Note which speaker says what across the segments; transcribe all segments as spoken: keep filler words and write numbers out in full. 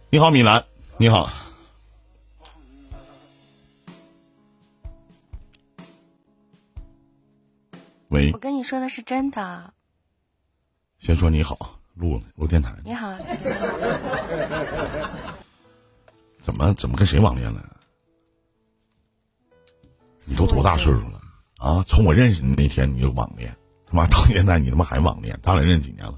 Speaker 1: 你好，米兰，你好。喂，
Speaker 2: 我跟你说的是真的。
Speaker 1: 先说你好，录录电台。
Speaker 2: 你好。
Speaker 1: 怎么怎么跟谁网恋了？你都多大岁数了啊？从我认识你那天你就网恋，他妈到现在你他妈还网恋？咱俩认识几年了？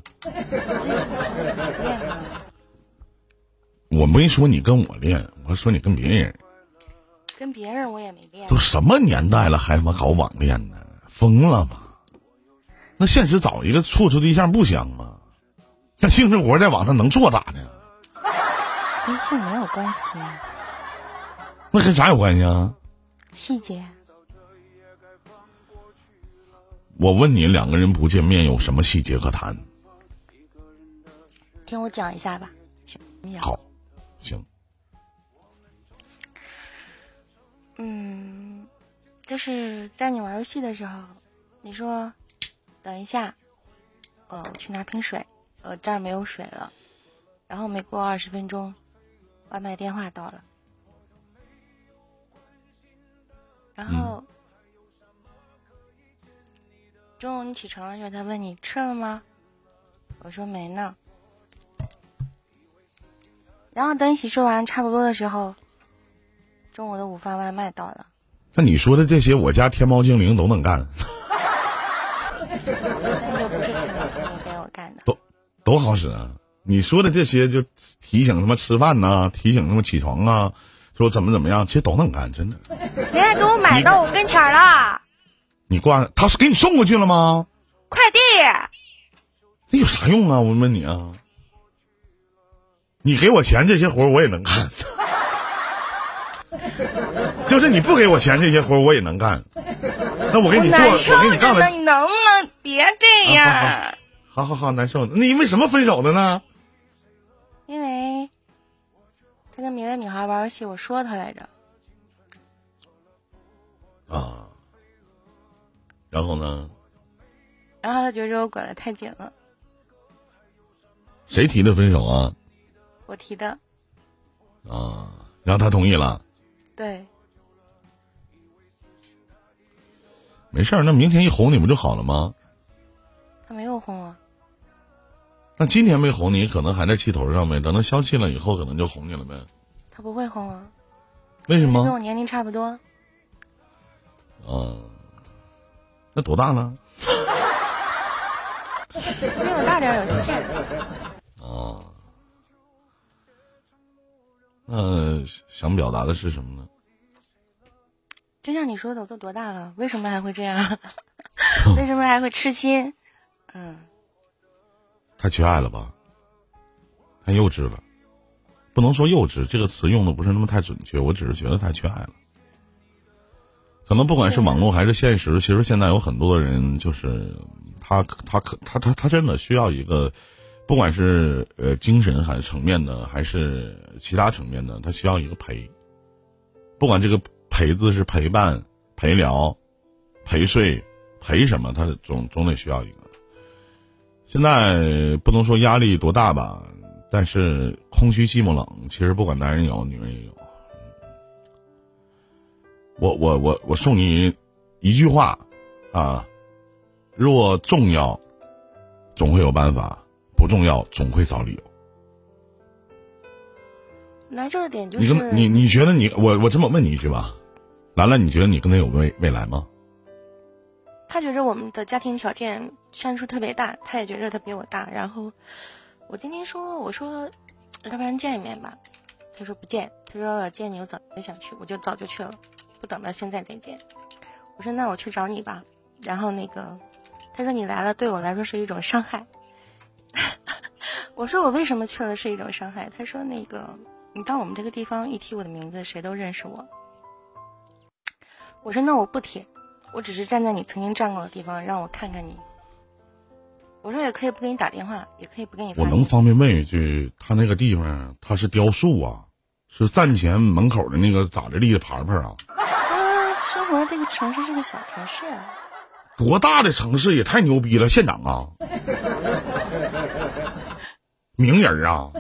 Speaker 1: 我没说你跟我恋，我说你跟别人。
Speaker 2: 跟别人我也没恋。
Speaker 1: 都什么年代了，还他妈搞网恋呢？疯了吧？那现实找一个处处对象不香吗？那性生活在网上能做咋的？
Speaker 2: 跟性没有关系。
Speaker 1: 那跟啥有关系啊？
Speaker 2: 细节。
Speaker 1: 我问你，两个人不见面有什么细节可谈？
Speaker 2: 听我讲一下吧。
Speaker 1: 好，行。
Speaker 2: 嗯，就是在你玩游戏的时候，你说等一下，呃，我去拿瓶水，呃，这儿没有水了。然后没过二十分钟，外卖电话到了。然后、嗯、中午你起床的时候，他问你吃了吗？我说没呢。然后等你洗漱完差不多的时候，中午的午饭外卖到了。
Speaker 1: 那你说的这些，我家天猫精灵都能干。
Speaker 2: 那就不是天猫精灵给我干的。
Speaker 1: 都都好使啊！你说的这些，就提醒什么吃饭呐、啊，提醒什么起床啊，说怎么怎么样，其实都能干，真的。
Speaker 2: 人家给我买到我跟前了。
Speaker 1: 你挂，他是给你送过去了吗？
Speaker 2: 快递。
Speaker 1: 那有啥用啊？我问你啊。你给我钱，这些活我也能干。就是你不给我钱，这些活我也能干。那我给你做，我给你干了。
Speaker 2: 你能不能别这样？
Speaker 1: 啊、好, 好, 好好好，难受。你因为什么分手的呢？
Speaker 2: 因为他跟别的女孩玩游戏，我说他来着。
Speaker 1: 啊。然后呢？
Speaker 2: 然后他觉得我管得太紧了。
Speaker 1: 谁提的分手啊？
Speaker 2: 我提的。
Speaker 1: 啊，然后他同意了。
Speaker 2: 对。
Speaker 1: 没事儿，那明天一哄你不就好了吗？
Speaker 2: 他没有哄我。
Speaker 1: 那今天没哄你，可能还在气头上呗。等他消气了以后，可能就哄你了呗。
Speaker 2: 他不会哄我。
Speaker 1: 为什么？
Speaker 2: 跟我年龄差不多。
Speaker 1: 嗯。那多大了？
Speaker 2: 比我大点有限。
Speaker 1: 啊。那想表达的是什么呢？
Speaker 2: 就像你说的，我都多大了，为什么还会这样？为什么还会痴心？嗯。
Speaker 1: 太缺爱了吧？太幼稚了。不能说幼稚，这个词用的不是那么太准确，我只是觉得太缺爱了。可能不管是网络还是现实，其实现在有很多的人，就是他他可他他他真的需要一个，不管是呃精神还是层面的，还是其他层面的，他需要一个陪。不管这个陪字是陪伴、陪聊、陪睡、陪什么，他总总得需要一个。现在不能说压力多大吧，但是空虚寂寞冷，其实不管男人有女人也有。我我我我送你一句话啊，若重要总会有办法，不重要总会找理由。
Speaker 2: 难受的点就是
Speaker 1: 你跟你你觉得你我我这么问你一句吧，兰兰，你觉得你跟他有未未来吗？
Speaker 2: 他觉得我们的家庭条件悬殊特别大，他也觉得他比我大。然后我今天说，我说要不然见一面吧，他说不见，他说要见你我早就想去，我就早就去了，不等到现在再见。我说那我去找你吧。然后那个他说你来了对我来说是一种伤害。我说我为什么去了是一种伤害？他说那个你到我们这个地方一提我的名字谁都认识我。我说那我不提，我只是站在你曾经站过的地方让我看看你。我说也可以不给你打电话，也可以不给你发。
Speaker 1: 我能方便问一句，他那个地方他是雕塑啊，是站前门口的那个咋的立的牌牌啊？
Speaker 2: 他生活这个城市是个小城市啊。多
Speaker 1: 大的城市也太牛逼了，县长啊！ 名人啊？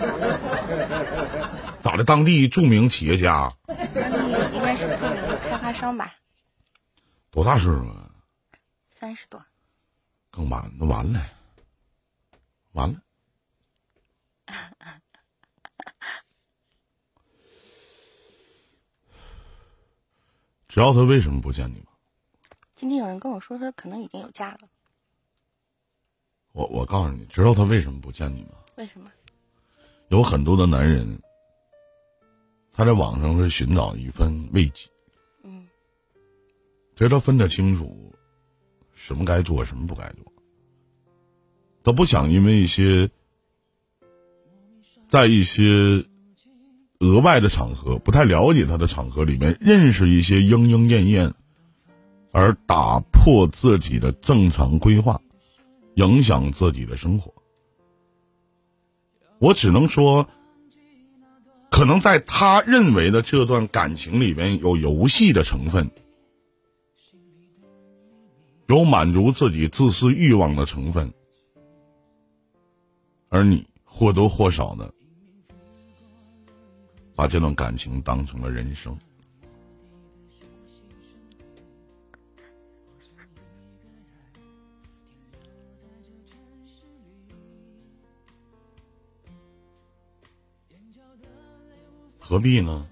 Speaker 1: 咋的？当地著名企业家？
Speaker 2: 当地应该是著名的开发商吧？
Speaker 1: 多大岁数啊？
Speaker 2: 三十多。
Speaker 1: 更晚，那完了，完了。知道他为什么不见你吗？
Speaker 2: 今天有人跟我说说，可能已经有家了。
Speaker 1: 我我告诉你，知道他为什么不见你吗？
Speaker 2: 为什么？
Speaker 1: 有很多的男人，他在网上会寻找一份慰藉。
Speaker 2: 嗯。
Speaker 1: 其实他分得清楚，什么该做，什么不该做。他不想因为一些，在一些额外的场合，不太了解他的场合里面，认识一些莺莺燕燕，而打破自己的正常规划，影响自己的生活。我只能说，可能在他认为的这段感情里面有游戏的成分，有满足自己自私欲望的成分，而你或多或少的把这段感情当成了人生。何必呢？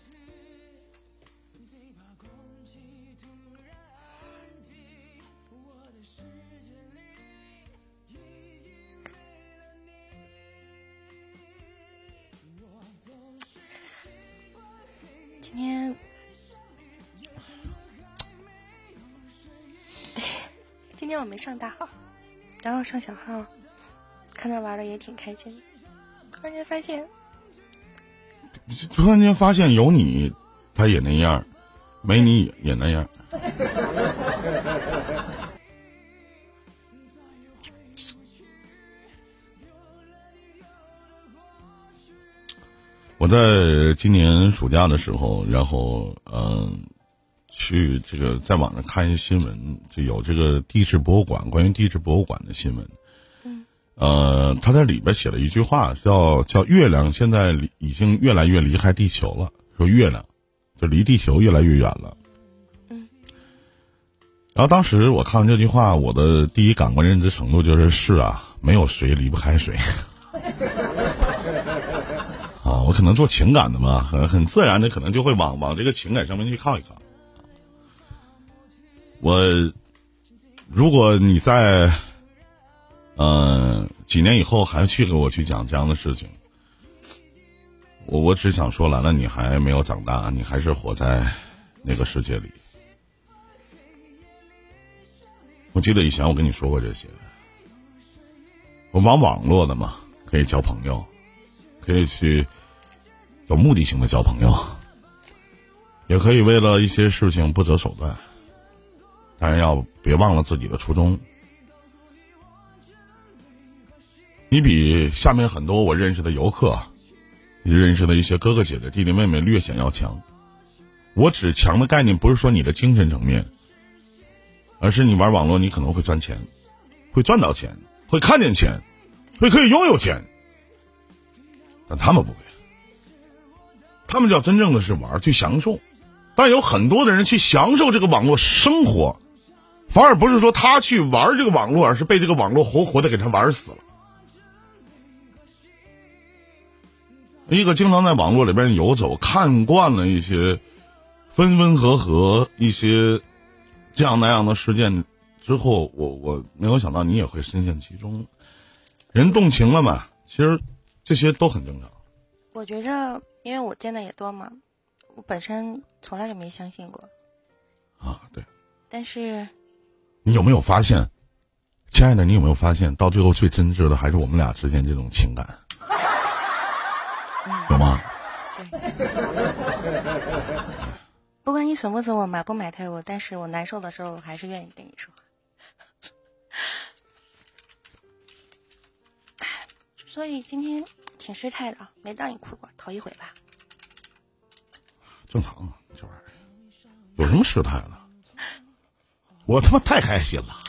Speaker 2: 今天，今天我没上大号，然后上小号，看他玩的也挺开心的。突然间发现，
Speaker 1: 突然间发现有你，他也那样；没你也也那样。我在今年暑假的时候，然后嗯、呃，去这个在网上看一新闻，就有这个地质博物馆，关于地质博物馆的新闻。
Speaker 2: 嗯。
Speaker 1: 呃，他在里边写了一句话，叫叫月亮现在已经越来越离开地球了，说月亮就离地球越来越远了。
Speaker 2: 嗯。
Speaker 1: 然后当时我看完这句话，我的第一感官认知程度就是是啊，没有水离不开水。啊，我可能做情感的嘛，很很自然的，可能就会往往这个情感上面去靠一靠。我，如果你在，呃，几年以后还去给我去讲这样的事情，我我只想说，兰兰，你还没有长大，你还是活在那个世界里。我记得以前我跟你说过这些，我玩网络的嘛，可以交朋友，可以去有目的性的交朋友，也可以为了一些事情不择手段，但是要别忘了自己的初衷。你比下面很多我认识的游客，你认识的一些哥哥姐姐弟弟妹妹略显要强。我只强的概念不是说你的精神层面，而是你玩网络你可能会赚钱，会赚到钱，会看见钱，会可以拥有钱，但他们不会，他们叫真正的是玩，去享受。但有很多的人去享受这个网络生活，反而不是说他去玩这个网络，而是被这个网络活活的给他玩死了。一个经常在网络里边游走，看惯了一些分分合合，一些这样那样的事件之后，我我没有想到你也会深陷其中。人动情了嘛，其实这些都很正常。
Speaker 2: 我觉着，因为我见的也多嘛，我本身从来就没相信过。
Speaker 1: 啊，对。但
Speaker 2: 是，
Speaker 1: 你有没有发现，亲爱的，你有没有发现，到最后最真挚的还是我们俩之间这种情感？
Speaker 2: 嗯、
Speaker 1: 有吗？
Speaker 2: 对。不管你损不损我，买不买退我，但是我难受的时候，我还是愿意跟你说。所以今天挺失态的，没当你哭过，头一回吧。
Speaker 1: 正常啊，这玩意儿有什么失态的？我他妈太开心了。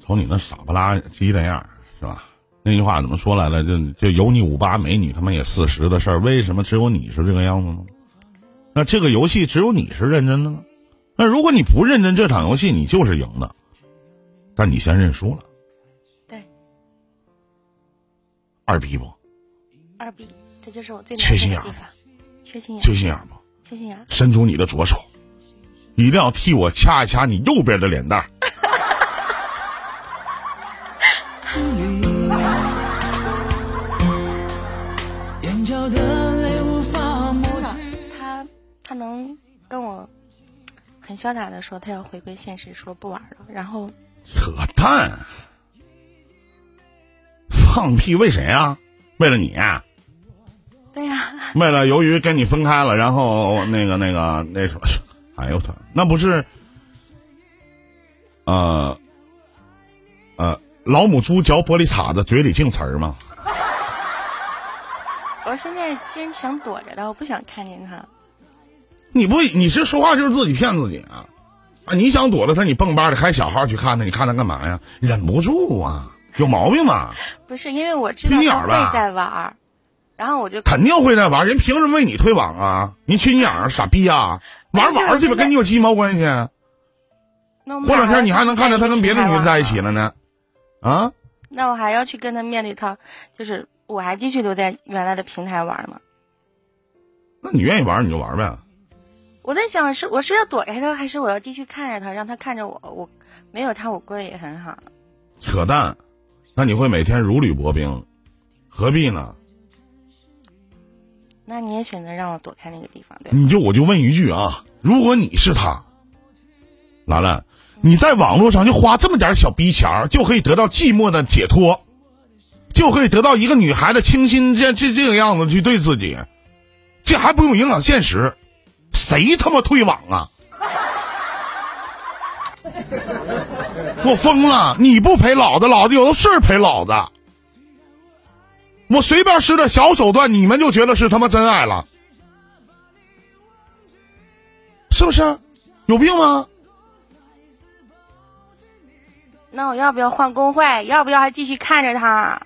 Speaker 1: 瞅你那傻不拉几的样是吧？那句话怎么说来了？就就有你五八没你他妈也四十的事儿，为什么只有你是这个样子呢？那这个游戏只有你是认真的呢？那如果你不认真这场游戏，你就是赢的，但你先认输了。
Speaker 2: 对，
Speaker 1: 二逼不？
Speaker 2: 二逼，这就是我最
Speaker 1: 缺心眼
Speaker 2: 的地方。缺心眼，
Speaker 1: 缺心眼不？
Speaker 2: 缺心眼，
Speaker 1: 伸出你的左手，一定要替我掐一掐你右边的脸蛋儿。
Speaker 2: 他他能跟我很潇洒的说他要回归现实，说不玩了，然后
Speaker 1: 扯淡，放屁！为谁啊？为了你啊？
Speaker 2: 对呀、啊，
Speaker 1: 为了由于跟你分开了，然后那个那个那什么，哎呦他那不是呃呃老母猪嚼玻璃碴子嘴里进词儿吗？
Speaker 2: 我现在真想躲着他，我不想看见他。
Speaker 1: 你不你是说话就是自己骗自己啊？啊，你想躲着他，你蹦吧的开小号去看他，你看他干嘛呀？忍不住啊，有毛病吧？
Speaker 2: 不是，因为我知道他会在玩，然后我就
Speaker 1: 肯定会在玩，人凭什么为你退网啊？你缺心眼儿，傻逼啊！玩玩去吧，跟你有鸡毛关系？过两天你还能看见他跟别的女人在一起了呢，啊？
Speaker 2: 那我还要去跟他面对他，就是我还继续留在原来的平台玩吗？
Speaker 1: 那你愿意玩你就玩呗。
Speaker 2: 我在想是我是要躲开他，还是我要继续看着他，让他看着我？我没有他，我过得也很好。
Speaker 1: 扯淡！那你会每天如履薄冰，何必呢？
Speaker 2: 那你也选择让我躲开那个地方，对吧？
Speaker 1: 你就我就问一句啊，如果你是他，兰兰，你在网络上就花这么点小逼钱儿，就可以得到寂寞的解脱，就可以得到一个女孩的倾心，这这这个样子去对自己，这还不用影响现实，谁他妈退网啊？我疯了！你不陪老子，老子有的是陪老子。我随便使点小手段，你们就觉得是他妈真爱了，是不是？有病吗？
Speaker 2: 那我要不要换公会？要不要还继续看着他？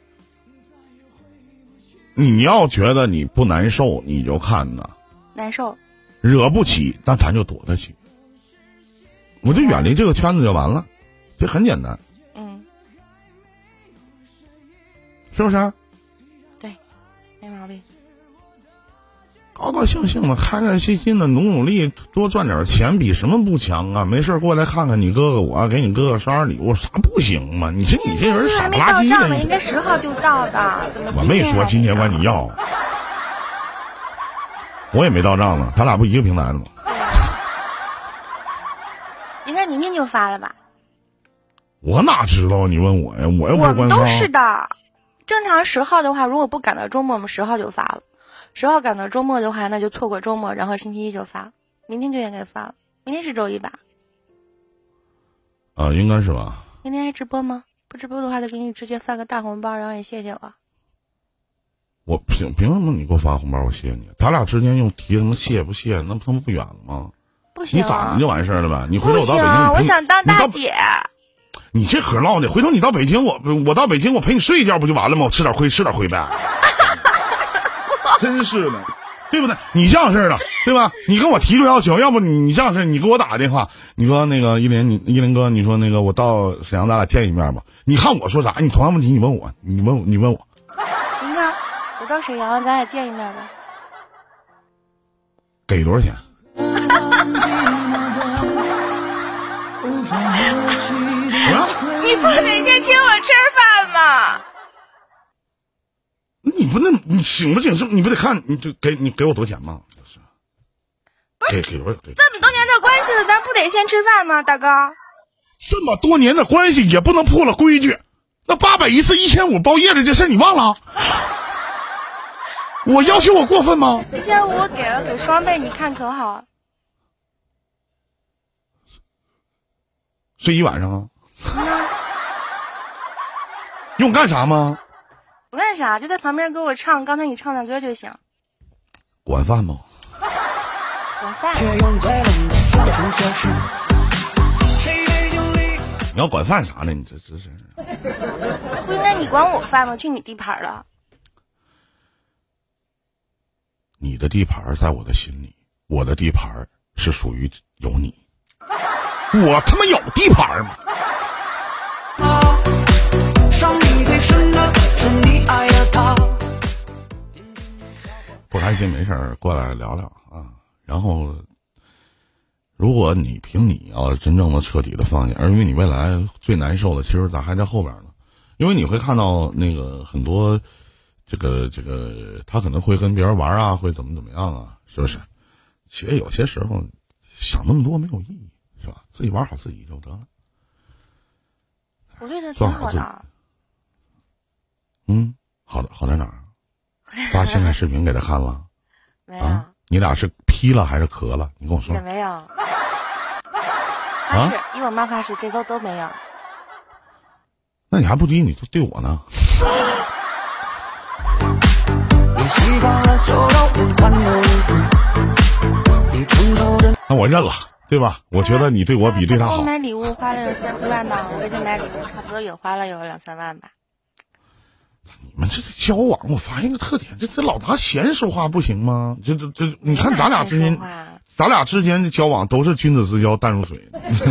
Speaker 1: 你要觉得你不难受，你就看呐。
Speaker 2: 难受。
Speaker 1: 惹不起，但咱就躲得起。我就远离这个圈子就完了，这很简单。
Speaker 2: 嗯，
Speaker 1: 是不是？
Speaker 2: 对，没毛病。
Speaker 1: 高高兴兴的，开开心心的，努努力，多赚点钱，比什么不强啊？没事过来看看你哥哥我，给你哥哥捎点礼物，啥不行吗？你这你这人傻不拉几的。
Speaker 2: 应该十号就到的，怎么？
Speaker 1: 我没说今天管你要，我也没到账呢，咱俩不一个平台的吗？
Speaker 2: 应该明天就发了吧？
Speaker 1: 我哪知道？你问我呀，我又不是官方。
Speaker 2: 我们都是的。正常十号的话，如果不赶到周末，我们十号就发了。十号赶到周末的话，那就错过周末，然后星期一就发了。明天就应该发了。明天是周一吧？
Speaker 1: 啊，应该是吧。
Speaker 2: 明天还直播吗？不直播的话，就给你直接发个大红包，然后也谢谢我。
Speaker 1: 我凭凭什么你给我发红包我谢你？咱俩之间用提什么谢不谢，那他妈不远了吗？
Speaker 2: 不行，
Speaker 1: 你咋的就完事儿了呗？你回头我到北京，
Speaker 2: 我想当大姐。
Speaker 1: 你这嗑唠的，回头你到北京，我我到北京，我陪你睡一觉不就完了吗？我吃点亏，吃点亏呗。真是的，对不对？你这样式的，对吧？你跟我提出要求，要不你你这样式，你给我打个电话，你说那个依林，你依林哥，你说那个我到沈阳，咱俩见一面吧。你看我说啥？你同样问题你问我，你问我，你问我。
Speaker 2: 林哥，我到沈阳，咱俩见一面吧。
Speaker 1: 给多少钱？
Speaker 2: 你不得先请我吃饭吗？
Speaker 1: 你不能，你请不请是？你不得看，你就给你给我多少钱吗？就是，给给多少？给
Speaker 2: 这么多年的关系了，咱不得先吃饭吗，大哥？
Speaker 1: 这么多年的关系也不能破了规矩。那八百一次一千五包夜的这事儿你忘了？我要求我过分吗？
Speaker 2: 一千五我给了，给双倍，你看可好？
Speaker 1: 睡一晚上啊？用干啥吗？
Speaker 2: 不干啥，就在旁边给我唱刚才你唱的歌就行。
Speaker 1: 管饭吗？
Speaker 2: 管饭。
Speaker 1: 你要管饭啥的，你这这是？
Speaker 2: 那不应该你管我饭吗？去你地盘了。
Speaker 1: 你的地盘在我的心里，我的地盘是属于有你。我他妈有地盘吗？不开心没事儿过来聊聊啊。然后，如果你凭你要真正的彻底的放下，而因为你未来最难受的，其实咱还在后边呢。因为你会看到那个很多，这个这个他可能会跟别人玩啊，会怎么怎么样啊，是不是？其实有些时候想那么多没有意义，是吧？自己玩好自己就得了。
Speaker 2: 我对他挺好的。
Speaker 1: 嗯，好的，好在哪儿？发性爱视频给他看了？
Speaker 2: 没有、
Speaker 1: 啊。你俩是 P 了还是咳了？你跟我说。
Speaker 2: 也没有。发誓，以我妈发誓，这都都没有。
Speaker 1: 那你还不低，你就对我呢？那我认了，对吧？我觉得你对我比对他好。
Speaker 2: 我买礼物花了有三四万吧，我给他买礼物差不多也花了有两三万吧。
Speaker 1: 你们这交往，我发现个特点，这这老拿钱说话不行吗？这这这，你看咱俩之间，咱俩之间的交往都是君子之交淡如水。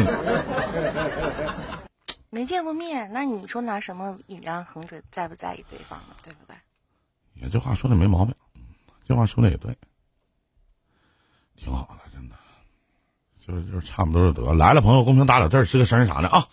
Speaker 2: 没见过面，那你说拿什么引亮衡水在不在意对方呢？对不对？
Speaker 1: 也这话说的没毛病，这话说的也对，挺好的，真的，就是就是差不多就得来了。朋友公屏打点字，是个声啥的啊？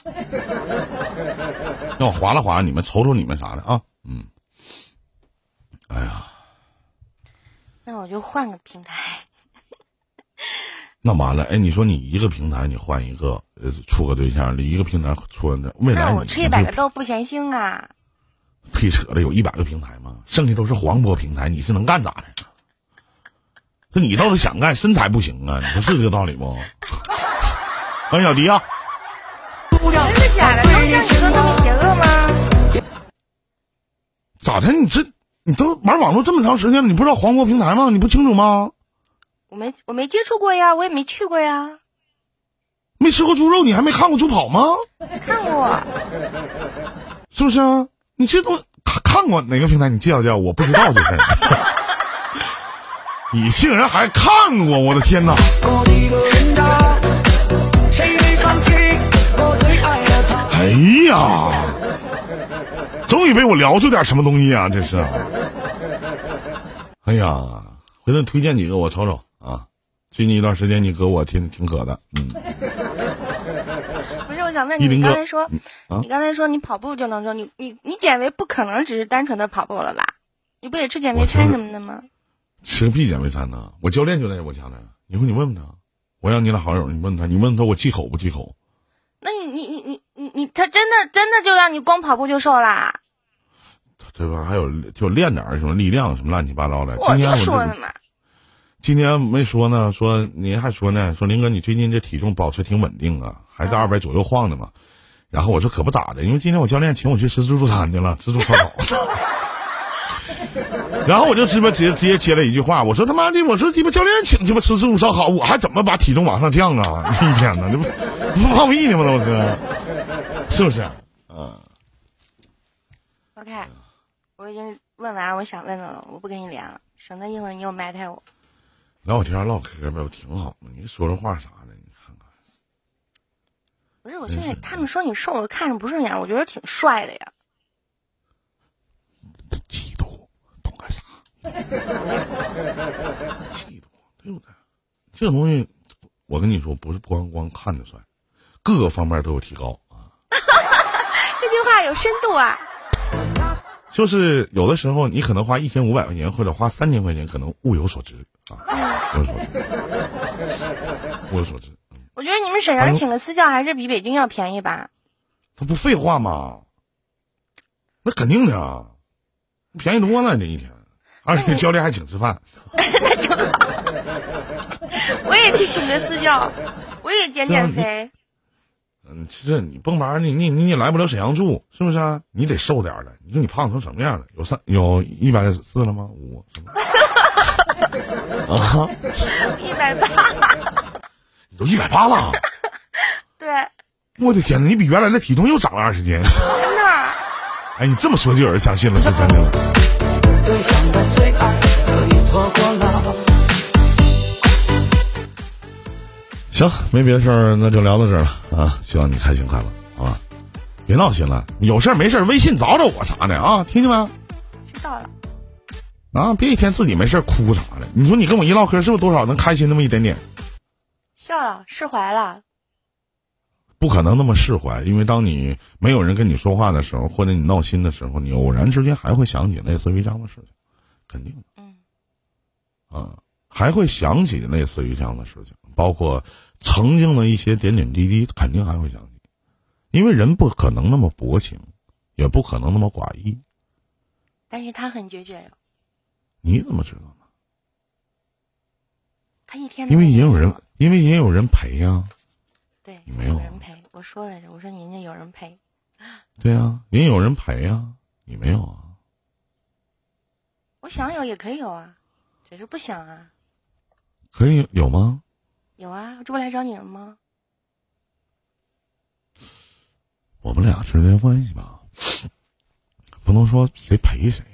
Speaker 1: 让我划拉划拉你们，瞅瞅你们啥的啊？嗯。哎呀，
Speaker 2: 那我就换个平台。
Speaker 1: 那完了，哎，你说你一个平台你换一个，呃，处个对象，你一个平台处个，未来
Speaker 2: 那我吃一百个豆不嫌腥啊？
Speaker 1: 屁扯的，有一百个平台吗？剩下都是黄渤平台，你是能干咋的？这你倒是想干，身材不行啊，你说是这个道理不？哎，小迪啊，
Speaker 2: 真的假的？都像你说那么邪恶吗？
Speaker 1: 咋的？你这你都玩网络这么长时间了，你不知道黄渤平台吗？你不清楚吗？
Speaker 2: 我没我没接触过呀，我也没去过呀。
Speaker 1: 没吃过猪肉，你还没看过猪跑吗？
Speaker 2: 看过，
Speaker 1: 是不是啊？你这都看看过哪个平台？你介绍介绍，我不知道这事儿。你竟然还看过，我的天哪！哎呀，终于被我聊出点什么东西啊！这是，哎呀，回头推荐几个我瞅瞅啊。最近一段时间你哥我挺挺渴的，嗯。
Speaker 2: 不是，我想问你，你刚才说，啊、你刚才说你跑步就能瘦，你你你减肥不可能只是单纯的跑步了吧？你不得吃减肥餐什么的吗？
Speaker 1: 吃个屁减肥餐呢？我教练就在我家呢，以后你问问他，我让你俩好友，你问他，你问他我忌口不忌口？
Speaker 2: 那你你你你你你，他真的真的就让你光跑步就瘦啦？
Speaker 1: 对吧？还有就练点什么力量什么乱七八糟的。
Speaker 2: 我就说呢嘛。
Speaker 1: 今天没说呢，说你还说呢，说林哥你最近这体重保持挺稳定啊，还在二百左右晃的嘛。然后我说可不咋的，因为今天我教练请我去吃自助餐去了，自助烧烤。然后我就直接直接直接接了一句话，我说他妈的，我说鸡巴教练请鸡巴吃自助烧烤，我还怎么把体重往上降啊？一天呢，这不不放屁呢吗？都是，是不是？嗯。
Speaker 2: OK， 我已经问完我想问的了，我不跟你连了，省得一会儿你又埋汰我。
Speaker 1: 聊天唠嗑呗，不挺好吗？你说说话啥的，你看看。
Speaker 2: 不是，我现在他们说你瘦，我看着不顺眼，我觉得挺帅的呀。
Speaker 1: 嫉妒，懂个啥？嫉妒，对不对？这个东西，我跟你说，不是光光看着帅，各个方面都有提高啊。
Speaker 2: 这句话有深度啊。
Speaker 1: 就是有的时候，你可能花一千五百块钱，或者花三千块钱，可能物有所值啊。物有所值，物有所值。
Speaker 2: 我觉得你们沈阳请个私教还是比北京要便宜吧？
Speaker 1: 他不废话吗？那肯定的啊，便宜多了这一天，而且教练还请吃饭。
Speaker 2: 那挺好。我也去请个私教，我也减减肥。
Speaker 1: 嗯，其实你蹦吧，你你你也来不了沈阳住，是不是啊？你得瘦点的。你说你胖成什么样了？有三有一百四了吗？五什么？啊，
Speaker 2: 一百八。
Speaker 1: 你都一百八了？
Speaker 2: 对。
Speaker 1: 我的天哪，你比原来的体重又长了二十斤。真
Speaker 2: 的？
Speaker 1: 哎，你这么说就有人相信了，是真的了。最想的最爱可以错过了。行，没别的事儿，那就聊到这儿了啊！希望你开心快乐，好吧？别闹心了，有事儿没事儿微信找找我啥的啊，听见没？
Speaker 2: 知道了。
Speaker 1: 啊，别一天自己没事哭啥的。你说你跟我一唠嗑，是不是多少能开心那么一点点？
Speaker 2: 笑了，释怀了。
Speaker 1: 不可能那么释怀，因为当你没有人跟你说话的时候，或者你闹心的时候，你偶然之间还会想起类似于这样的事情，肯定的。
Speaker 2: 嗯。
Speaker 1: 啊，还会想起类似于这样的事情，包括曾经的一些点点滴滴，肯定还会想起。因为人不可能那么薄情，也不可能那么寡义。
Speaker 2: 但是他很决绝哟。
Speaker 1: 你怎么知道呢？
Speaker 2: 他一天
Speaker 1: 因为也有人，因为也有人陪呀、啊。
Speaker 2: 对，
Speaker 1: 你没有、啊、
Speaker 2: 有人陪。我说来着，我说人家有人陪。
Speaker 1: 对呀、啊，人有人陪呀、啊，你没有啊？
Speaker 2: 我想有也可以有啊，只是不想啊。
Speaker 1: 可以有吗？
Speaker 2: 有啊，这不来找你了吗？
Speaker 1: 我们俩之间关系吧，不能说谁陪谁，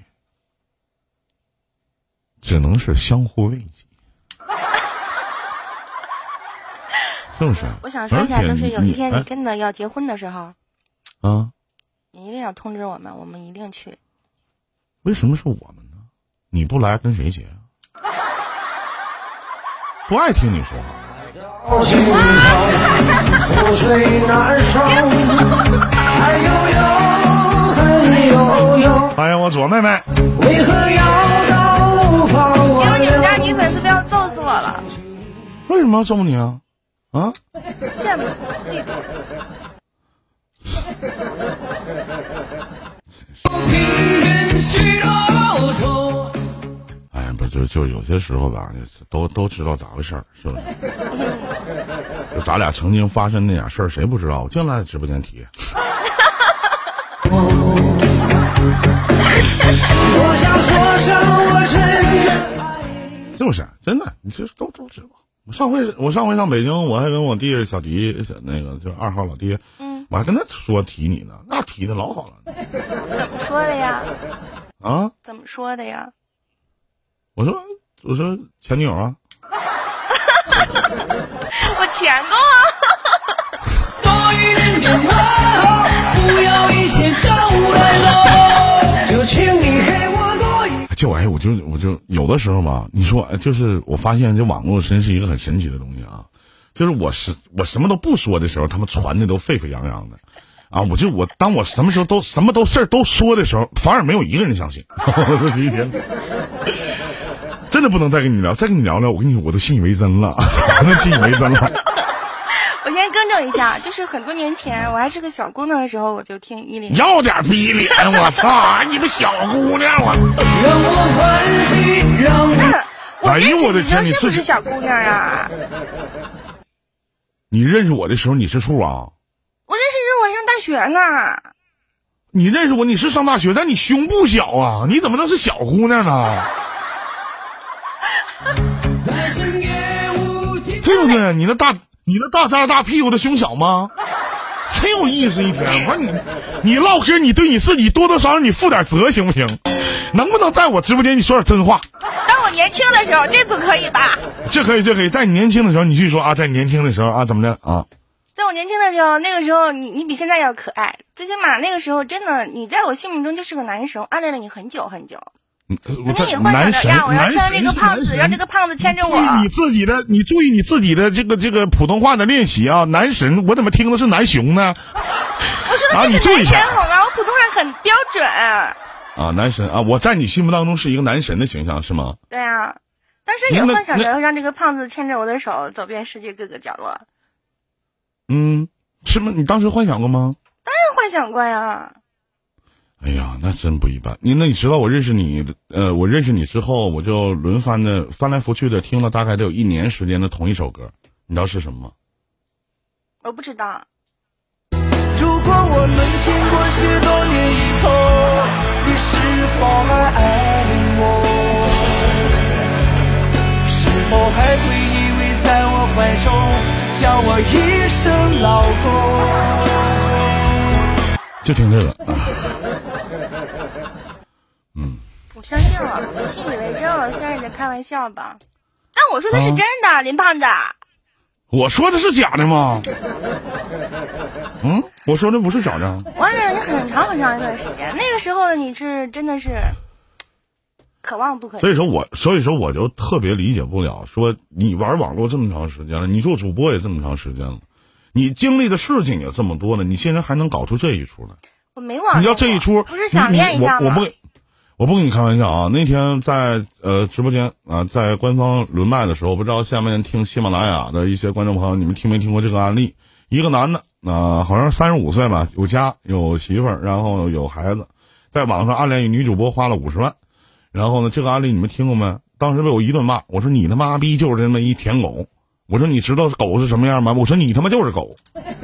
Speaker 1: 只能是相互慰藉，是不是？
Speaker 2: 我想说一下，就是有一天你真的要结婚的时候，
Speaker 1: 啊，
Speaker 2: 你一定要通知我们，我们一定去。
Speaker 1: 为什么是我们呢？你不来跟谁结啊？不爱听你说话。欢迎我左妹妹。为何要到无法
Speaker 2: 因为你们家女粉丝都要揍死我了。
Speaker 1: 为什么要揍你啊？啊？
Speaker 2: 羡慕嫉妒。
Speaker 1: 哎呀，不就就有些时候吧，都都知道咋回事儿，是不是？就咱俩曾经发生那点事儿，谁不知道？我净来直播间提。是不是？真的，你这都都知道。我上回我上回上北京，我还跟我弟小迪那个就是二号老爹，
Speaker 2: 嗯，
Speaker 1: 我还跟他说提你呢，那提的老好了。
Speaker 2: 怎么说的呀？
Speaker 1: 啊？
Speaker 2: 怎么说的呀？
Speaker 1: 我说我说前女友啊。
Speaker 2: 我前公啊。多一点点爱，不要一切都来了，就请你给我多一。
Speaker 1: 就哎，我就我就有的时候吧，你说就是我发现这网络真是一个很神奇的东西啊，就是我是我什么都不说的时候，他们传的都沸沸扬扬的，啊，我就我当我什么时候都什么都事儿都说的时候，反而没有一个人相信。理解真的不能再跟你聊，再跟你聊聊，我跟你说，我都信以为真了，我都信以为真了。
Speaker 2: 我先更正一下，就是很多年前我还是个小姑娘的时候，我就听依林。
Speaker 1: 要点逼脸，我操！你个小姑娘啊！让我欢喜，让我……哎呦我的天，你
Speaker 2: 是不是小姑娘啊？
Speaker 1: 你认识我的时候你是处啊？
Speaker 2: 我认识你我上大学呢。
Speaker 1: 你认识我你是上大学，但你胸部小啊，你怎么能是小姑娘呢？对不对？你那大你那大渣大屁股的胸小吗？真有意思一天。我说你你唠嗑，你对你自己多多少少你负点责行不行？能不能在我直播间你说点真话？
Speaker 2: 当我年轻的时候，这组可以吧？
Speaker 1: 这可以，这可以。在你年轻的时候，你继续说啊，在你年轻的时候啊，怎么的啊？
Speaker 2: 在我年轻的时候，那个时候你你比现在要可爱，最起码那个时候真的你在我心目中就是个男神，暗恋了你很久很久。曾经也幻想着呀，我要牵这个胖子，让这个胖子牵着我。
Speaker 1: 注意你自己的，你注意你自己的这个这个普通话的练习啊！男神，我怎么听的是男熊呢？
Speaker 2: 我说的就是男神好吗？我普通话很标准。
Speaker 1: 啊，男神啊！我在你心目当中是一个男神的形象是吗？
Speaker 2: 对啊，当时也幻想着让这个胖子牵着我的手走遍世界各个角落。
Speaker 1: 嗯，是吗？你当时幻想过吗？
Speaker 2: 当然幻想过呀。
Speaker 1: 哎呀，那真不一般。你那你知道我认识你，呃，我认识你之后，我就轮番的翻来覆去的听了大概得有一年时间的同一首歌，你知道是什么吗？
Speaker 2: 我不知道。
Speaker 3: 如果我们经过许多年以后，你是否还爱我？是否还会依偎在我怀中，叫我一声老公？
Speaker 1: 就听这个。嗯，
Speaker 2: 我相信了，我信以为真了，虽然你在开玩笑吧，但我说的是真的，啊、林胖子。
Speaker 1: 我说的是假的吗？嗯，我说的不是假的。
Speaker 2: 我爱了你很长很长一段时间，那个时候的你是真的是可望不可及。
Speaker 1: 所以说我，所以说我就特别理解不了，说你玩网络这么长时间了，你做主播也这么长时间了，你经历的事情也这么多了，你现在还能搞出这一出来？
Speaker 2: 我没玩，
Speaker 1: 你要这一出，
Speaker 2: 不是想练一下吗？
Speaker 1: 我我不跟，我不跟你开玩笑啊！那天在呃直播间啊，在官方轮麦的时候，我不知道下面听喜马拉雅的一些观众朋友，你们听没听过这个案例？一个男的啊、呃，好像三十五岁吧，有家有媳妇儿，然后有孩子，在网上暗恋一女主播，花了五十万。然后呢，这个案例你们听过没？当时被我一顿骂，我说你他妈逼就是这么一舔狗，我说你知道狗是什么样吗？我说你他妈就是狗，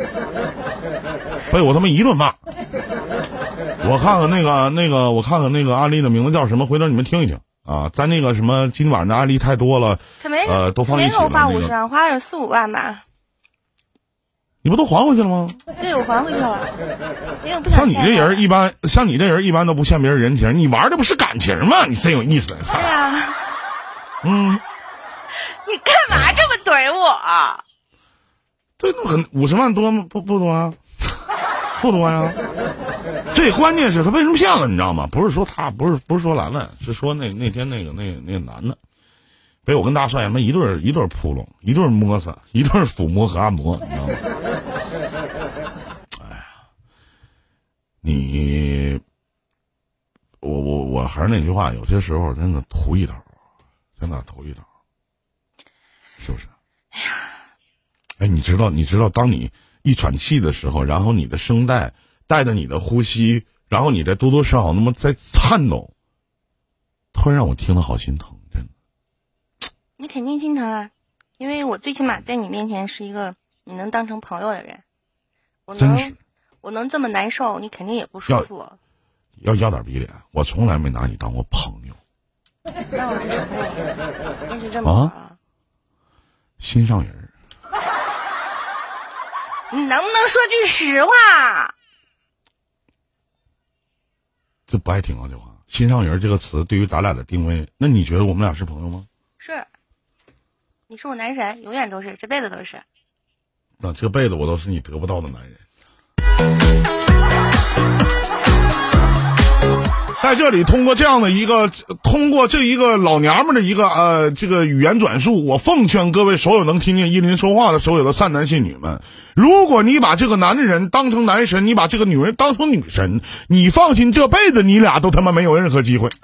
Speaker 1: 被我他妈一顿骂。我看看那个那个，我看看那个案例的名字叫什么？回头你们听一听啊。咱那个什么，今晚的案例太多了，呃，都放一起了。
Speaker 2: 没给我花五十万，花了有四五万吧。
Speaker 1: 你不都还回去了吗？
Speaker 2: 对，我还回去了。因为我不想
Speaker 1: 像你这人一般，像你这人一般都不欠别人人情，你玩的不是感情吗？你真有意思。
Speaker 2: 对呀。
Speaker 1: 嗯。
Speaker 2: 你干嘛这么怼我？
Speaker 1: 这很五十万多吗？不不多啊，不多呀。最关键是他为什么骗了，你知道吗？不是说他，不是不是说兰兰，是说那那天那个那个那个男的，被我跟大帅他妈一对一对扑棱，一对摸索，一对抚摸和按摩，你知道吗？哎呀，你，我我我还是那句话，有些时候真的图一头，真的图一头，是不是？
Speaker 2: 哎呀，
Speaker 1: 哎，你知道你知道，当你一喘气的时候，然后你的声带带着你的呼吸，然后你在多多少少那么在颤抖，突然让我听得好心疼，真的。
Speaker 2: 你肯定心疼啊，因为我最起码在你面前是一个你能当成朋友的人，我能我能这么难受，你肯定也不舒服。
Speaker 1: 要要点逼脸，我从来没拿你当过朋友。
Speaker 2: 那我是什么人呀？认识这么久了、啊，
Speaker 1: 心上人。
Speaker 2: 你能不能说句实话？
Speaker 1: 这不爱听啊，这话。心上人这个词对于咱俩的定位，那你觉得我们俩是朋友吗？
Speaker 2: 是，你是我男神，永远都是，这辈子都是。
Speaker 1: 那这辈子我都是你得不到的男人。在这里，通过这样的一个，通过这一个老娘们的一个呃这个语言转述，我奉劝各位所有能听见依林说话的所有的善男信女们，如果你把这个男人当成男神，你把这个女人当成女神，你放心，这辈子你俩都他妈没有任何机会。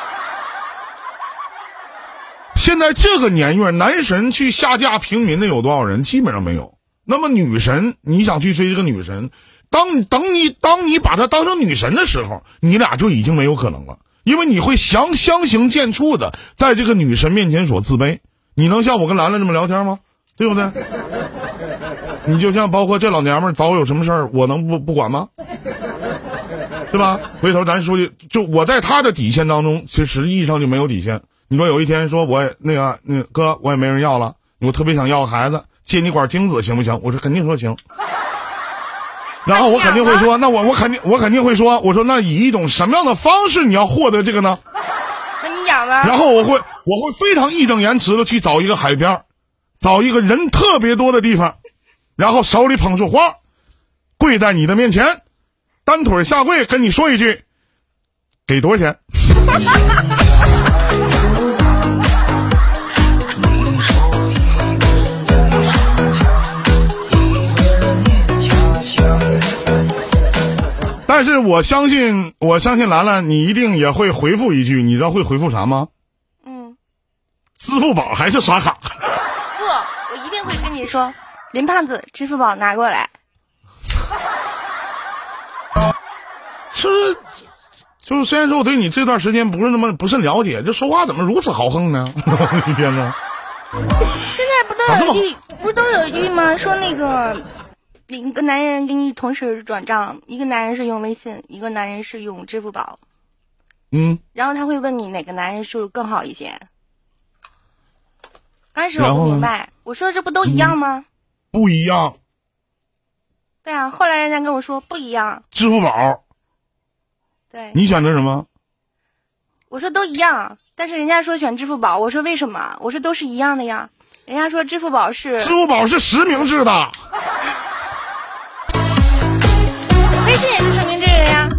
Speaker 1: 现在这个年月，男神去下嫁平民的有多少人？基本上没有。那么女神，你想去追这个女神，当等你当你把她当成女神的时候，你俩就已经没有可能了，因为你会相相形见绌的在这个女神面前所自卑。你能像我跟兰兰这么聊天吗？对不对？你就像包括这老娘们找我有什么事儿，我能不不管吗？是吧？回头咱说的，就我在她的底线当中，其实实际上就没有底线。你说有一天说我那个那个哥，我也没人要了，我特别想要个孩子，借你管精子行不行？我说肯定说行。然后我肯定会说，那我我肯定我肯定会说，我说那以一种什么样的方式你要获得这个呢？
Speaker 2: 那你养吗？
Speaker 1: 然后我会我会非常义正言辞的去找一个海边，找一个人特别多的地方，然后手里捧束花，跪在你的面前，单腿下跪，跟你说一句，给多少钱？但是我相信，我相信兰兰，你一定也会回复一句，你知道会回复啥吗？
Speaker 2: 嗯，
Speaker 1: 支付宝还是刷卡？
Speaker 2: 不，我一定会跟你说，林胖子，支付宝拿过来。
Speaker 1: 是，就是虽然说我对你这段时间不是那么不甚了解，这说话怎么如此豪横呢？一天呢？
Speaker 2: 现在不都有一句，不是都有一句吗？说那个。一个男人给你同时转账，一个男人是用微信，一个男人是用支付宝。
Speaker 1: 嗯，
Speaker 2: 然后他会问你哪个男人是更好一些。刚开始我不明白，我说这不都一样吗？
Speaker 1: 嗯、不一样。
Speaker 2: 对啊，后来人家跟我说不一样。
Speaker 1: 支付宝。
Speaker 2: 对。
Speaker 1: 你选择什么？
Speaker 2: 我说都一样，但是人家说选支付宝，我说为什么？我说都是一样的呀。人家说支付宝是。
Speaker 1: 支付宝是实名制的。
Speaker 2: 微信也是实名制的呀。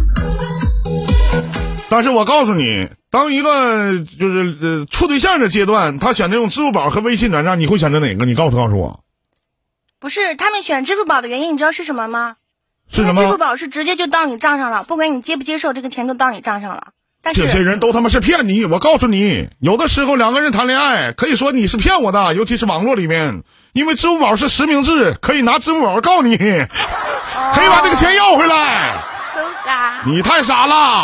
Speaker 1: 但是我告诉你，当一个就是呃处对象的阶段，他选择用支付宝和微信转账，你会选择哪个？你告诉告诉我。
Speaker 2: 不是，他们选支付宝的原因，你知道是什么吗？
Speaker 1: 是什么？
Speaker 2: 支付宝是直接就到你账上了，不管你接不接受，这个钱都到你账上了。但是
Speaker 1: 这些人都他妈是骗你！我告诉你，有的时候两个人谈恋爱，可以说你是骗我的，尤其是网络里面，因为支付宝是实名制，可以拿支付宝告你，哦、可以把这个钱要回来。
Speaker 2: So ga
Speaker 1: 你太傻了。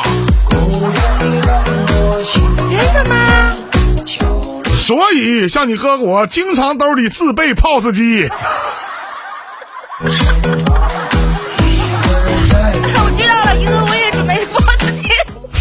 Speaker 2: 真的吗？
Speaker 1: 所以像你哥我经常兜里自备 P O S 机。
Speaker 2: 我知道了，以后我也准备 P O S 机。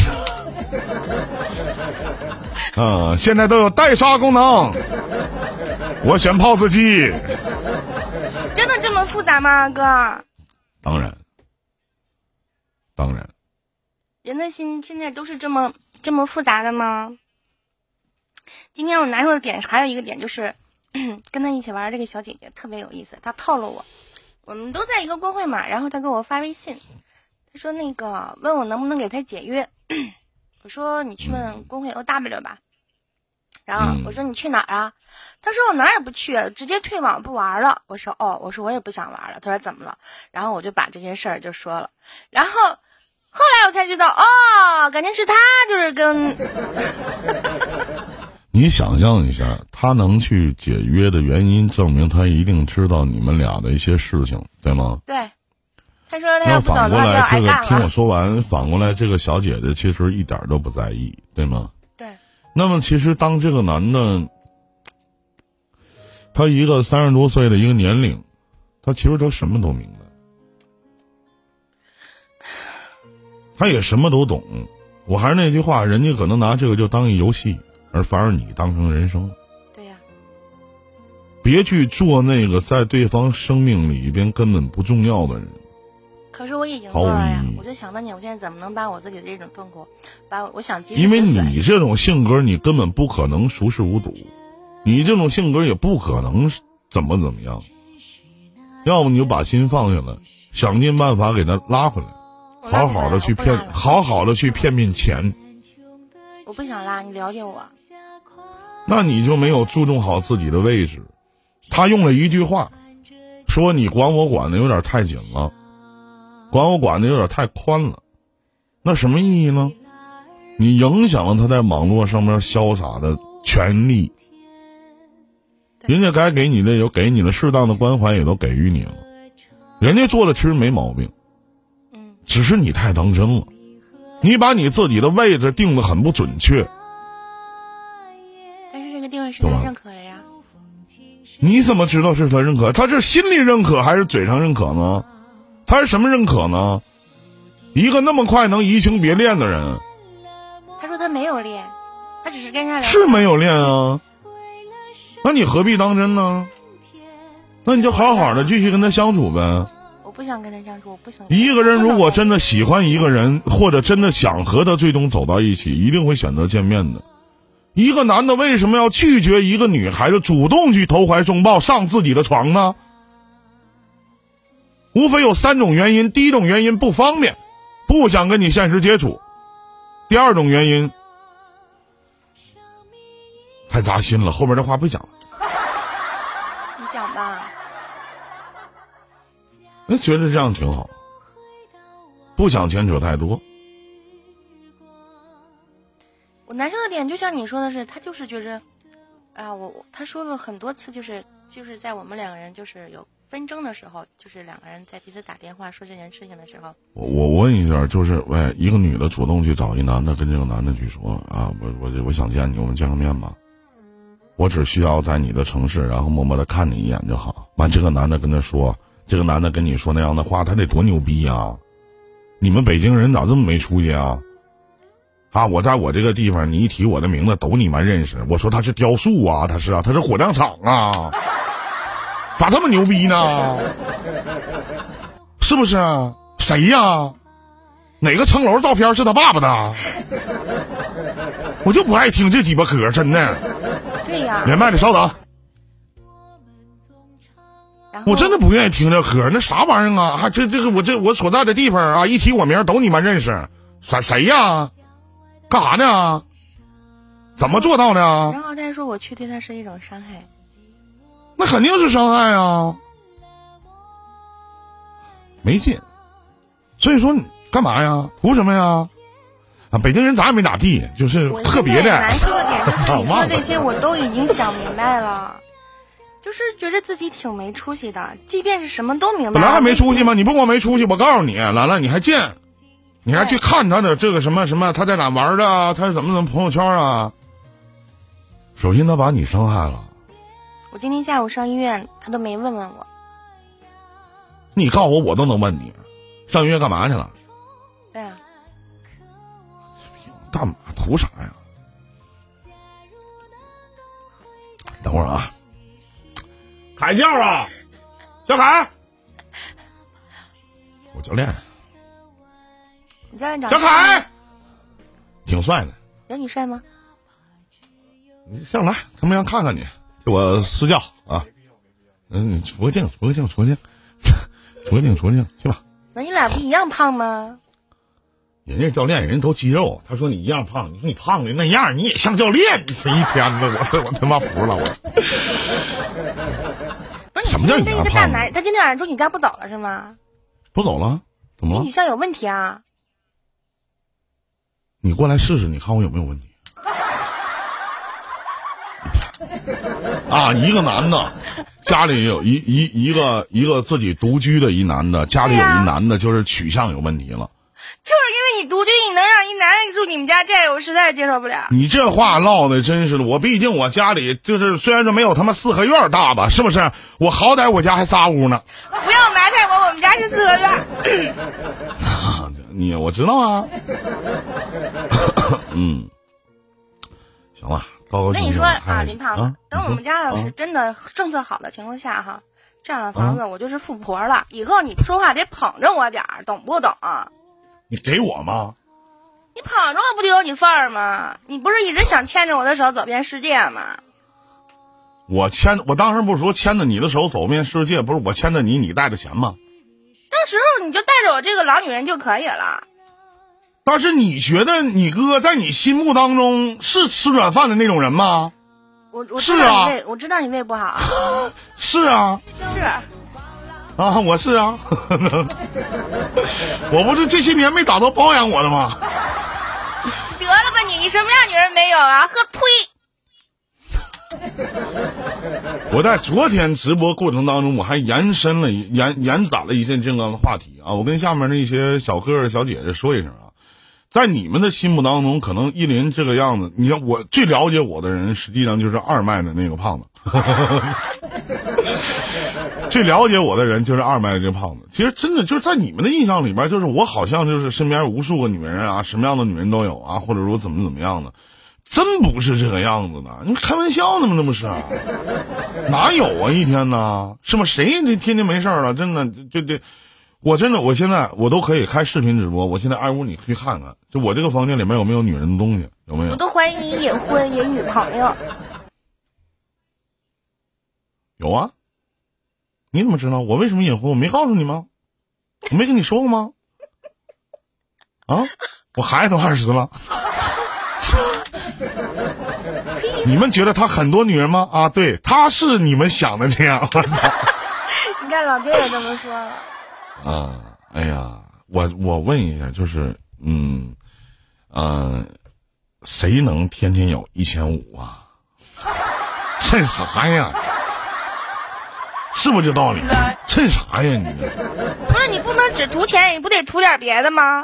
Speaker 1: 嗯，现在都有代刷功能，我选 P O S 机。
Speaker 2: 真的这么复杂吗，哥？
Speaker 1: 当然，当然。
Speaker 2: 人的心现在都是这么这么复杂的吗？今天我难受的点还有一个点就是，跟他一起玩这个小姐姐特别有意思，她套路我。我们都在一个公会嘛，然后她给我发微信，她说那个问我能不能给她解约，我说你去问公会 O W 吧。然后我说你去哪儿啊？他说我哪儿也不去，直接退网不玩了。我说哦，我说我也不想玩了。他说怎么了？然后我就把这件事儿就说了。然后后来我才知道，哦，感觉是他就是跟
Speaker 1: 你想象一下，他能去解约的原因，证明他一定知道你们俩的一些事情，对吗？
Speaker 2: 对。他说他要不走的话就要挨干了。
Speaker 1: 听我说完，反过来这个小姐姐其实一点都不在意，对吗？
Speaker 2: 对。
Speaker 1: 那么其实当这个男的，他一个三十多岁的一个年龄，他其实他什么都明白，他也什么都懂。我还是那句话，人家可能拿这个就当一游戏，而反而你当成人生。
Speaker 2: 对呀。
Speaker 1: 别去做那个在对方生命里边根本不重要的人。
Speaker 2: 可是我已经做了呀，我就想到你，我现在怎么能把我自己的这种痛苦，把我我想及时。
Speaker 1: 因为你这种性格，你根本不可能熟视无睹，你这种性格也不可能怎么怎么样。要么你就把心放下来，想尽办法给他拉回来，好好的去骗，好好的去骗骗钱。
Speaker 2: 我不想拉，你了解我。
Speaker 1: 那你就没有注重好自己的位置。他用了一句话，说你管我管的有点太紧了。管我管的有点太宽了，那什么意义呢？你影响了他在网络上面潇洒的权利，人家该给你的有给你的适当的关怀也都给予你了，人家做的其实没毛病，只是你太当真了，你把你自己的位置定得很不准确。
Speaker 2: 但是这个定位是他认可的呀。
Speaker 1: 你怎么知道是他认可？他是心里认可还是嘴上认可呢？他是什么认可呢？一个那么快能移情别恋的人。
Speaker 2: 他说他没有恋，他只是跟人家聊。
Speaker 1: 是没有恋啊，那你何必当真呢？那你就好好的继续跟他相处呗。
Speaker 2: 我不想跟他相处，我不想。
Speaker 1: 一个人如果真的喜欢一个人，或者真的想和他最终走到一起，一定会选择见面的。一个男的为什么要拒绝一个女孩子主动去投怀送抱上自己的床呢？无非有三种原因。第一种原因不方便，不想跟你现实接触。第二种原因太扎心了，后面的话不讲了。
Speaker 2: 你讲吧。
Speaker 1: 那觉得这样挺好，不想牵扯太多。
Speaker 2: 我难受的点就像你说的是，他就是觉着啊，我我他说了很多次，就是就是在我们两个人就是有纷争的时候，就是两个人在彼此打电话说这件事情的时候，
Speaker 1: 我我问一下，就是喂，一个女的主动去找一男的，跟这个男的去说啊，我我我想见你，我们见个面吧。我只需要在你的城市，然后默默的看你一眼就好。完，这个男的跟他说，这个男的跟你说那样的话，他得多牛逼呀！你们北京人咋这么没出息啊？啊！我在我这个地方，你一提我的名字，都你妈认识。我说他是雕塑啊，他是啊，他是火葬场啊，咋这么牛逼呢？ 是不是？谁呀？哪个层楼照片是他爸爸的？我就不爱听这鸡巴歌，真的。
Speaker 2: 对呀。
Speaker 1: 连麦的稍等。我真的不愿意听这歌，那啥玩意儿啊？还这这个我这我所在的地方啊，一提我名都你妈认识，谁谁呀？干啥呢？怎么做到的？
Speaker 2: 然后他说我去对他是一种伤害。
Speaker 1: 那肯定是伤害啊，没劲。所以说你干嘛呀？图什么呀？啊，北京人咱也没咋地，就是特别的。
Speaker 2: 难受的点就是你说这些我都已经想明白了。就是觉得自己挺没出息的，即便是什么都明白。
Speaker 1: 本来还没出息吗？你不光没出息，我告诉你，兰兰，你还贱，你还去看他的这个什么什么，他在哪玩的啊？他是怎么怎么朋友圈啊？首先，他把你伤害了。
Speaker 2: 我今天下午上医院，他都没问问我。
Speaker 1: 你告诉我，我都能问你，上医院干嘛去了？
Speaker 2: 对啊。
Speaker 1: 干嘛？图啥呀？等会儿啊。凯教啊，小凯，我教练。
Speaker 2: 你教练长
Speaker 1: 小凯，挺帅的。
Speaker 2: 有你帅吗？
Speaker 1: 你上来，他们让看看你，就我私教啊。嗯，出个镜，出个镜，出个镜，出个镜，出个镜，去吧。
Speaker 2: 那你俩不一样胖吗？
Speaker 1: 人家教练，人家都肌肉。他说你一样胖，你说你胖的那样，你也像教练。你这一天子，我我他妈服了我。
Speaker 2: 不是
Speaker 1: 什么叫你
Speaker 2: 那个大男人？他今天晚上住你家不走了是吗？
Speaker 1: 不走了？怎么了？
Speaker 2: 你像有问题啊？
Speaker 1: 你过来试试，你看我有没有问题？啊，一个男的，家里有一一一个一个自己独居的一男的，家里有一男的，就是取向有问题了。
Speaker 2: 就是因为你独居，你能让一男人住你们家，这我实在是接受不了。
Speaker 1: 你这话唠的真是的，我毕竟我家里就是虽然说没有他妈四合院大吧，是不是？我好歹我家还仨屋呢。
Speaker 2: 不要埋汰我，我们家是四合院。
Speaker 1: 你我知道啊。嗯，行了，高高兴兴。
Speaker 2: 我跟你说啊，林胖子，
Speaker 1: 啊、
Speaker 2: 等我们家要是真的政策好的情况下哈，这样的房子我就是富婆了。以后你说话得捧着我点儿，懂不懂啊？
Speaker 1: 你给我吗？
Speaker 2: 你捧着我不就有你份儿吗？你不是一直想牵着我的手走遍世界吗？
Speaker 1: 我牵，我当时不是说牵着你的手走遍世界，不是我牵着你，你带着钱吗？
Speaker 2: 那时候你就带着我这个老女人就可以了。
Speaker 1: 但是你觉得你哥在你心目当中是吃软饭的那种人吗？
Speaker 2: 我我知道你胃，我知道你胃不好。
Speaker 1: 是啊。
Speaker 2: 是。
Speaker 1: 啊，我是啊。我不是这些年没打到包养我的吗？
Speaker 2: 得了吧你，你什么样女人没有啊？喝
Speaker 1: 呸！我在昨天直播过程当中，我还延伸了延延展了一些这样的话题啊。我跟下面的一些小哥哥小姐姐说一声啊，在你们的心目当中，可能依林这个样子，你看我最了解我的人，实际上就是二麦的那个胖子。最了解我的人就是二麦的这胖子。其实真的就是在你们的印象里边，就是我好像就是身边无数个女人啊，什么样的女人都有啊，或者说怎么怎么样的，真不是这个样子的。你开玩笑呢吗？那不是？哪有啊？一天呢？是吗？谁这天天没事了？真的，这这，我真的，我现在我都可以开视频直播。我现在二屋你去看看，就我这个房间里面有没有女人的东西？有没有？
Speaker 2: 我都怀疑你隐婚隐女朋友。
Speaker 1: 有啊。你怎么知道我为什么隐婚？我没告诉你吗？我没跟你说过吗？啊，我孩子都二十了。你们觉得他很多女人吗？啊，对，他是你们想的这样。我操！
Speaker 2: 你看老爹也这么说了。
Speaker 1: 啊，哎呀，我我问一下，就是嗯，呃，谁能天天有一千五啊？趁啥呀？是不是这道理？趁啥呀你？
Speaker 2: 不是你不能只图钱，你不得图点别的吗？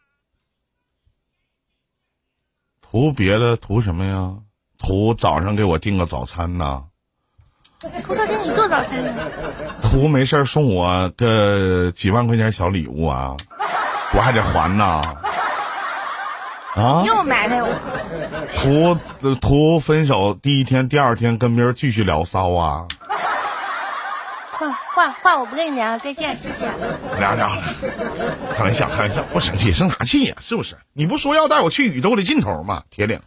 Speaker 1: 图别的图什么呀？图早上给我订个早餐呐？
Speaker 2: 图他给你做早餐呢？
Speaker 1: 图没事送我个几万块钱小礼物啊？我还得还呐？啊！
Speaker 2: 又埋汰我。
Speaker 1: 图图分手第一天、第二天跟别人继续聊骚啊？
Speaker 2: 换换，我不跟你聊了，再见，谢谢。
Speaker 1: 聊聊了，开玩笑，开玩笑，不生气，生啥气呀？是不是？你不说要带我去宇宙的尽头吗？铁岭。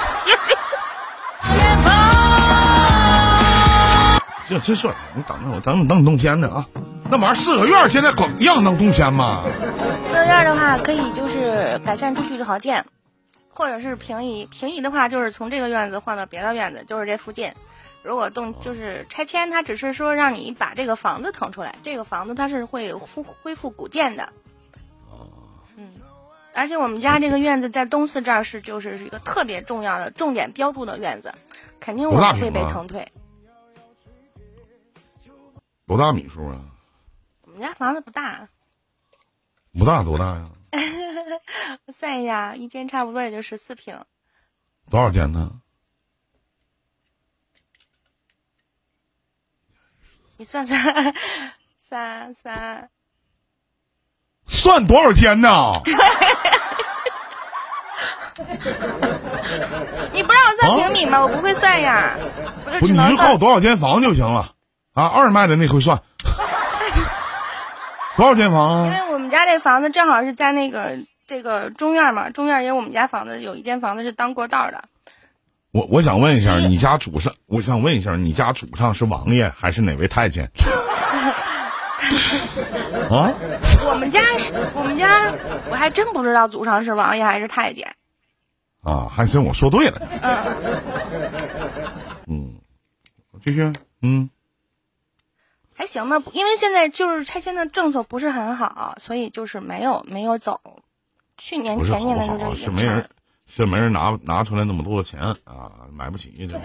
Speaker 1: 这这说，你等等我，等等等动迁呢啊！那玩意儿四合院现在广一样能动迁吗？
Speaker 2: 四合院的话，可以就是改善住居条件，或者是平移。平移的话，就是从这个院子换到别的院子，就是这附近。如果动就是拆迁，它只是说让你把这个房子腾出来，这个房子它是会恢恢复古建的。嗯，而且我们家这个院子在东四这儿是就是一个特别重要的重点标注的院子，肯定我们会被腾退。
Speaker 1: 多大米数啊？
Speaker 2: 我们家房子不大。
Speaker 1: 不大多大呀？
Speaker 2: 我算一下，一间差不多也就十四平。
Speaker 1: 多少间呢？
Speaker 2: 你算算，三三。
Speaker 1: 算多少间呢？
Speaker 2: 你不让我算平米吗？啊、我不会算呀。我就
Speaker 1: 不，你就告诉多少间房就行了。啊，二麦的那会算。多少间房啊？
Speaker 2: 因为我们家这房子正好是在那个这个中院嘛，中院因为我们家房子有一间房子是当过道的。
Speaker 1: 我我想问一下，你家主上，我想问一下，你家主上是王爷还是哪位太监？啊？
Speaker 2: 我们家是，我们家我还真不知道祖上是王爷还是太监。
Speaker 1: 啊，还真我说对了。
Speaker 2: 嗯。
Speaker 1: 嗯，继续。嗯。
Speaker 2: 还行吧，因为现在就是拆迁的政策不是很好，所以就是没有没有走。去年前年的时候就已经
Speaker 1: 是没人是没人拿拿出来那么多的钱啊，买不起这，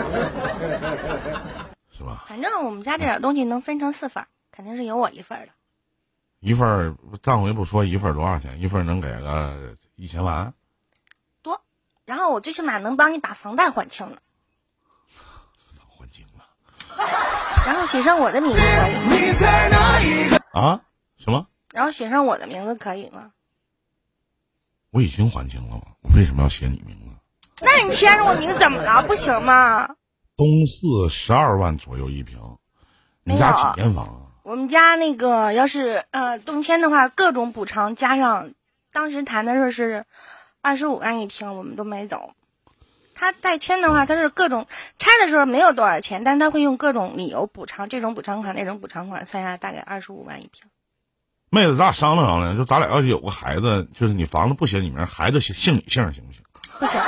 Speaker 1: 是吧？
Speaker 2: 反正我们家这点东西能分成四份，肯定是有我一份的。
Speaker 1: 一份上回不说一份多少钱？一份能给个一千万
Speaker 2: 多，然后我最起码能帮你把房贷还清了。
Speaker 1: 还清了。
Speaker 2: 然后写上我的名字可以吗？
Speaker 1: 啊？什么？
Speaker 2: 然后写上我的名字可以吗？
Speaker 1: 我已经还清了吗？我为什么要写你名字？
Speaker 2: 那你签着我名字怎么了？不行吗？
Speaker 1: 东四十二万左右一平，你家几间房啊？
Speaker 2: 我们家那个要是呃动迁的话，各种补偿加上，当时谈的时候是二十五万一平，我们都没走。他代签的话，他是各种拆的时候没有多少钱，但他会用各种理由补偿，这种补偿款那种补偿款，算下来大概二十五万一平。
Speaker 1: 妹子，咱俩商量商量，就咱俩要是有个孩子，就是你房子不写你名，孩子姓姓你姓行不行？
Speaker 2: 不行。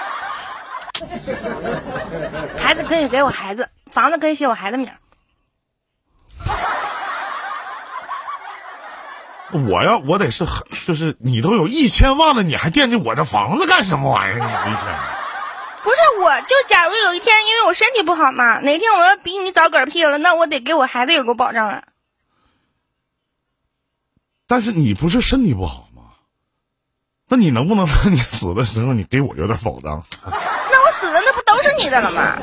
Speaker 2: 孩子可以给我孩子，房子可以写我孩子名。
Speaker 1: 我要我得是就是你都有一千万了，你还惦记我这房子干什么玩意儿？你一天
Speaker 2: 不是我，就假如有一天因为我身体不好嘛，哪天我要比你早嗝屁了，那我得给我孩子有个保障啊。
Speaker 1: 但是你不是身体不好吗？那你能不能在你死的时候你给我有点保障？
Speaker 2: 那我死了那不都是你的了吗？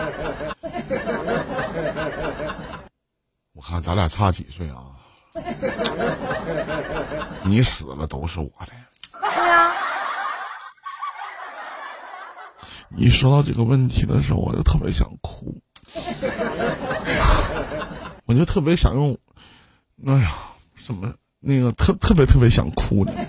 Speaker 1: 我看咱俩差几岁啊？你死了都是我的。
Speaker 2: 对呀。
Speaker 1: 你说到这个问题的时候，我就特别想哭，我就特别想用，哎呀，什么那个特特别特别想哭的，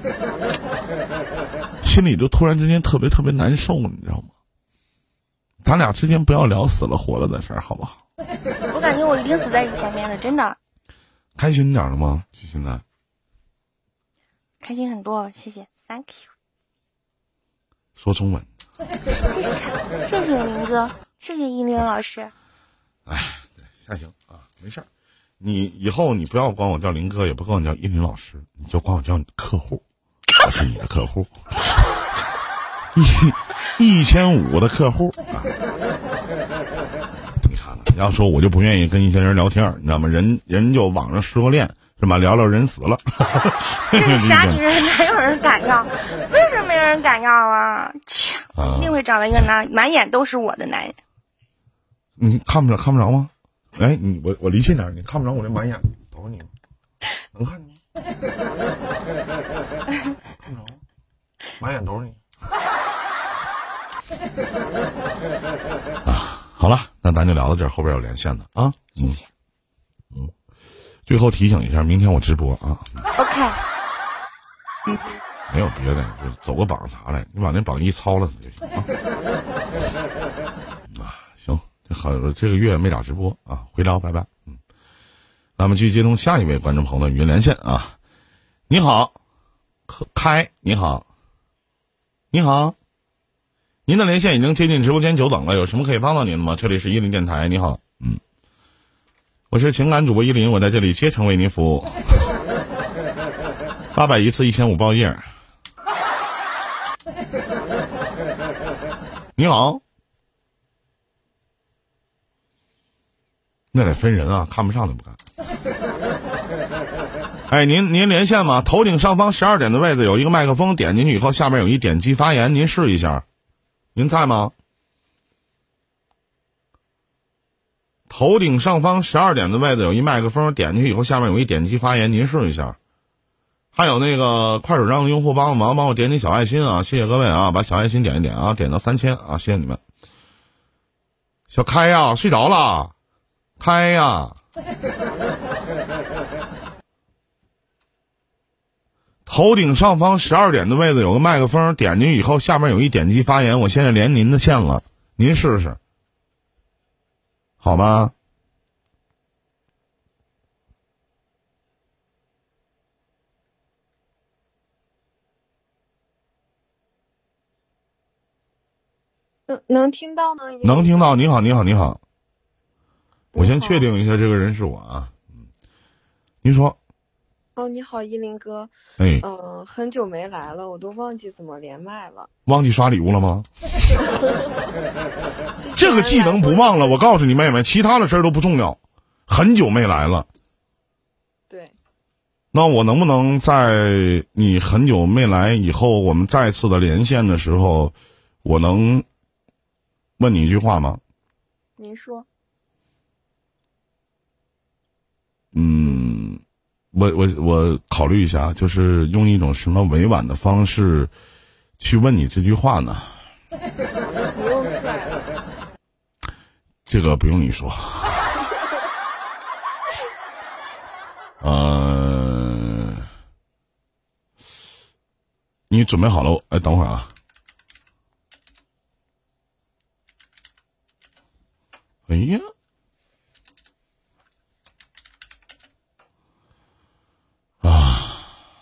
Speaker 1: 心里就突然之间特别特别难受，你知道吗？咱俩之间不要聊死了活了的事儿，好不好？
Speaker 2: 我感觉我一定死在你前面的，真的。
Speaker 1: 开心点了吗？现在
Speaker 2: 开心很多，谢谢 ，Thank you。
Speaker 1: 说中文。
Speaker 2: 谢谢，谢谢林哥，谢谢依林老师。
Speaker 1: 哎，还行啊，没事儿。你以后你不要管我叫林哥，也不管我叫依林老师，你就管我叫你客户，我是你的客户，一一千五的客户啊。你看看，要说我就不愿意跟一些人聊天，你知道吗？人人就网上失过恋是吧？聊聊人死了。
Speaker 2: 这是傻女人，哪有人敢要？为什么没人敢要啊？切，我一定会找到一个男满眼都是我的男人。
Speaker 1: 你看不着看不着吗？哎，你我我离近点，你看不着我这满眼都是你吗？能看见吗？看不着，满眼都是你。啊，好了，那咱就聊到这儿，后边有连线的啊。
Speaker 2: 谢谢。
Speaker 1: 嗯。嗯最后提醒一下，明天我直播啊。
Speaker 2: OK。
Speaker 1: 没有别的，就走个榜啥来，你把那榜一抄了就行啊。啊，行，这好，这个月没咋直播啊，回聊，拜拜。嗯，那么继续接通下一位观众朋友的语音连线啊。你好，开，你好，你好，您的连线已经接近直播间久等了，有什么可以帮到您的吗？这里是伊林电台，你好，嗯，我是情感主播伊林，我在这里竭诚为您服务。八百一次，一千五包夜。你好，那得分人啊，看不上的不干。哎，您您连线吗？头顶上方十二点的位置有一个麦克风，点进去以后，下面有一点击发言，您试一下。您在吗？头顶上方十二点的位置有一麦克风，点进去以后，下面有一点击发言，您试一下。还有那个快手上的用户帮忙帮我点点小爱心啊，谢谢各位啊，把小爱心点一点啊，点到三千啊，谢谢你们。小开呀、啊，睡着了，开呀、啊。头顶上方十二点的位置有个麦克风，点进去以后，下面有一点击发言，我现在连您的线了，您试试，好吗？
Speaker 4: 能能听到吗？
Speaker 1: 能听到。你好，你好，你好。我先确定一下这个人是我啊。嗯，您说。
Speaker 4: 哦，你好，依林哥。
Speaker 1: 哎。
Speaker 4: 嗯、呃，很久没来了，我都忘记怎么连麦了。
Speaker 1: 忘记刷礼物了吗？这个技能不忘了，我告诉你妹妹，其他的事儿都不重要。很久没来了。
Speaker 4: 对。
Speaker 1: 那我能不能在你很久没来以后，我们再次的连线的时候，我能问你一句话吗？
Speaker 4: 您说。
Speaker 1: 嗯，我我我考虑一下，就是用一种什么委婉的方式去问你这句话呢？
Speaker 4: 你又帅了。
Speaker 1: 这个不用你说。呃，你准备好了？哎，等会儿啊。哎呀，啊，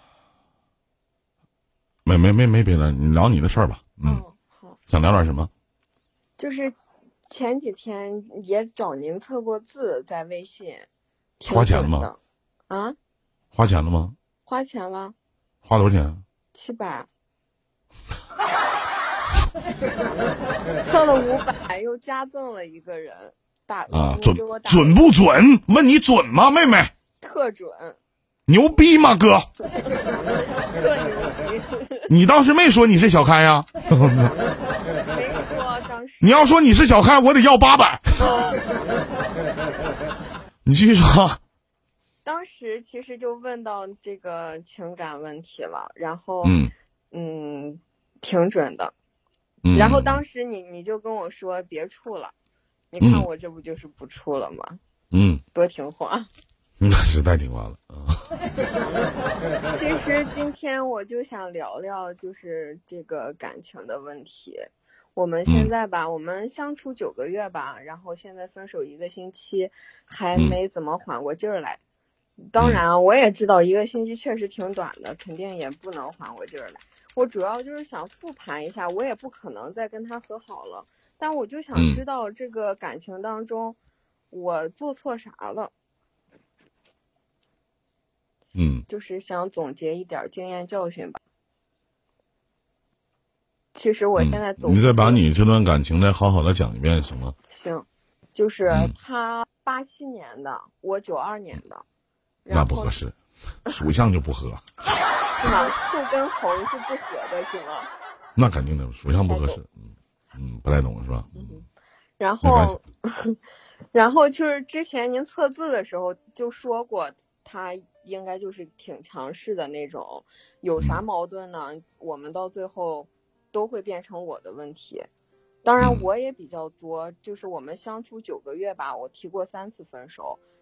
Speaker 1: 没没没没别的，你聊你的事儿吧。嗯，
Speaker 4: 哦、好。
Speaker 1: 想聊点什么？
Speaker 4: 就是前几天也找您测过字，在微信。
Speaker 1: 花钱了吗？
Speaker 4: 啊？
Speaker 1: 花钱了吗？
Speaker 4: 花钱了。
Speaker 1: 花多少钱？
Speaker 4: 七百。测了五百，又加赠了一个人。打
Speaker 1: 啊，准
Speaker 4: 给我打
Speaker 1: 准不准？问你准吗，妹妹？
Speaker 4: 特准。
Speaker 1: 牛逼吗，哥？
Speaker 4: 特牛逼！
Speaker 1: 你当时没说你是小开呀、啊？
Speaker 4: 没说，当时。
Speaker 1: 你要说你是小开，我得要八百。你继续说。
Speaker 4: 当时其实就问到这个情感问题了，然后
Speaker 1: 嗯
Speaker 4: 嗯，挺准的。
Speaker 1: 嗯、
Speaker 4: 然后当时你你就跟我说别处了，你看我这不就是不处了吗？
Speaker 1: 嗯，
Speaker 4: 多听话。
Speaker 1: 那是太听话了啊。
Speaker 4: 其实今天我就想聊聊，就是这个感情的问题。我们现在吧，嗯、我们相处九个月吧，然后现在分手一个星期，还没怎么缓过劲儿来。嗯、当然，我也知道一个星期确实挺短的，肯定也不能缓过劲儿来。我主要就是想复盘一下，我也不可能再跟他和好了，但我就想知道这个感情当中，我做错啥了。
Speaker 1: 嗯，
Speaker 4: 就是想总结一点经验教训吧。其实我现在总、
Speaker 1: 嗯、你再把你这段感情再好好的讲一遍行吗？
Speaker 4: 行，就是他八七年的，嗯、我九二年的，
Speaker 1: 那不合适，属相就不合。
Speaker 4: 是吗？兔跟猴是不合的，是吗？
Speaker 1: 那肯定的，属相不合适。嗯嗯，不太懂是吧？
Speaker 4: 嗯。然后，然后就是之前您测字的时候就说过，他应该就是挺强势的那种，有啥矛盾呢？嗯、我们到最后都会变成我的问题。当然，我也比较作，就是我们相处九个月吧，我提过三次分手。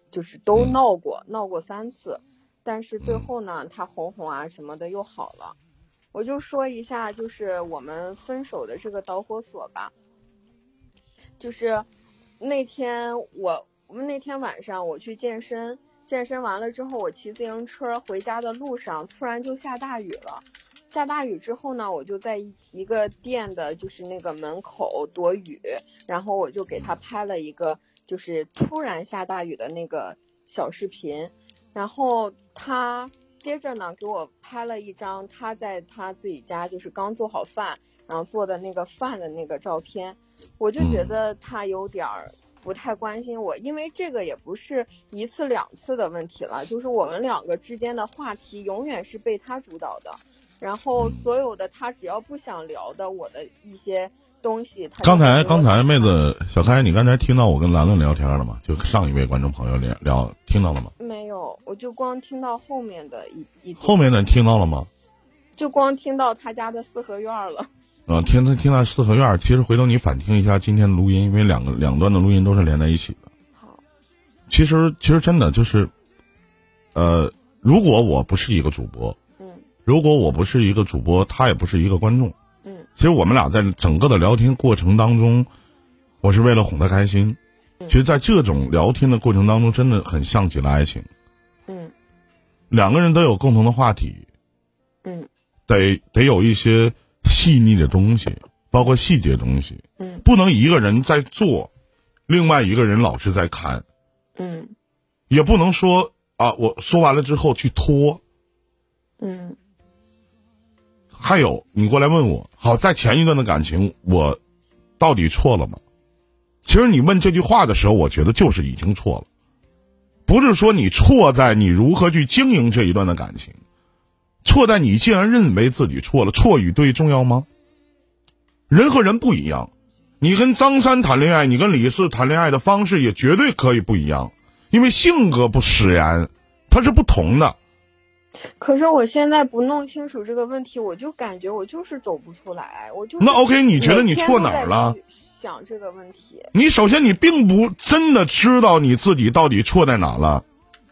Speaker 4: 就是都闹过，闹过三次，但是最后呢，他哄哄啊什么的又好了。我就说一下，就是我们分手的这个导火索吧。就是那天我我们那天晚上我去健身，健身完了之后，我骑自行车回家的路上，突然就下大雨了。下大雨之后呢，我就在一一个店的就是那个门口躲雨，然后我就给他拍了一个就是突然下大雨的那个小视频，然后他接着呢给我拍了一张他在他自己家就是刚做好饭，然后做的那个饭的那个照片，我就觉得他有点儿不太关心我，因为这个也不是一次两次的问题了，就是我们两个之间的话题永远是被他主导的，然后所有的他只要不想聊的我的一些东西，他
Speaker 1: 刚才刚才妹子小开，你刚才听到我跟兰兰聊天了吗？就上一位观众朋友聊聊听到了吗？
Speaker 4: 没有，我就光听到后面的一一
Speaker 1: 后面的听到了吗？
Speaker 4: 就光听到他家的四合院了。
Speaker 1: 嗯，听他听到四合院，其实回头你反听一下今天的录音，因为两个两段的录音都是连在一起的。
Speaker 4: 好，
Speaker 1: 其实其实真的就是，呃，如果我不是一个主播，
Speaker 4: 嗯，
Speaker 1: 如果我不是一个主播，他也不是一个观众，
Speaker 4: 嗯，
Speaker 1: 其实我们俩在整个的聊天过程当中，我是为了哄他开心。其实，在这种聊天的过程当中，真的很像极了爱情。
Speaker 4: 嗯，
Speaker 1: 两个人都有共同的话题，
Speaker 4: 嗯，
Speaker 1: 得得有一些细腻的东西，包括细节东西，
Speaker 4: 嗯，
Speaker 1: 不能一个人在做，另外一个人老是在看，
Speaker 4: 嗯，
Speaker 1: 也不能说啊，我说完了之后去拖，
Speaker 4: 嗯，
Speaker 1: 还有你过来问我，好，在前一段的感情，我到底错了吗？其实你问这句话的时候，我觉得就是已经错了，不是说你错在你如何去经营这一段的感情，错在你既然认为自己错了，错与对重要吗？人和人不一样，你跟张三谈恋爱，你跟李四谈恋爱的方式也绝对可以不一样，因为性格不使然，它是不同的。
Speaker 4: 可是我现在不弄清楚这个问题，我就感觉我就是走不出来，我就
Speaker 1: 那 OK， 你觉得你错哪儿了？
Speaker 4: 想这个问题，
Speaker 1: 你首先你并不真的知道你自己到底错在哪了。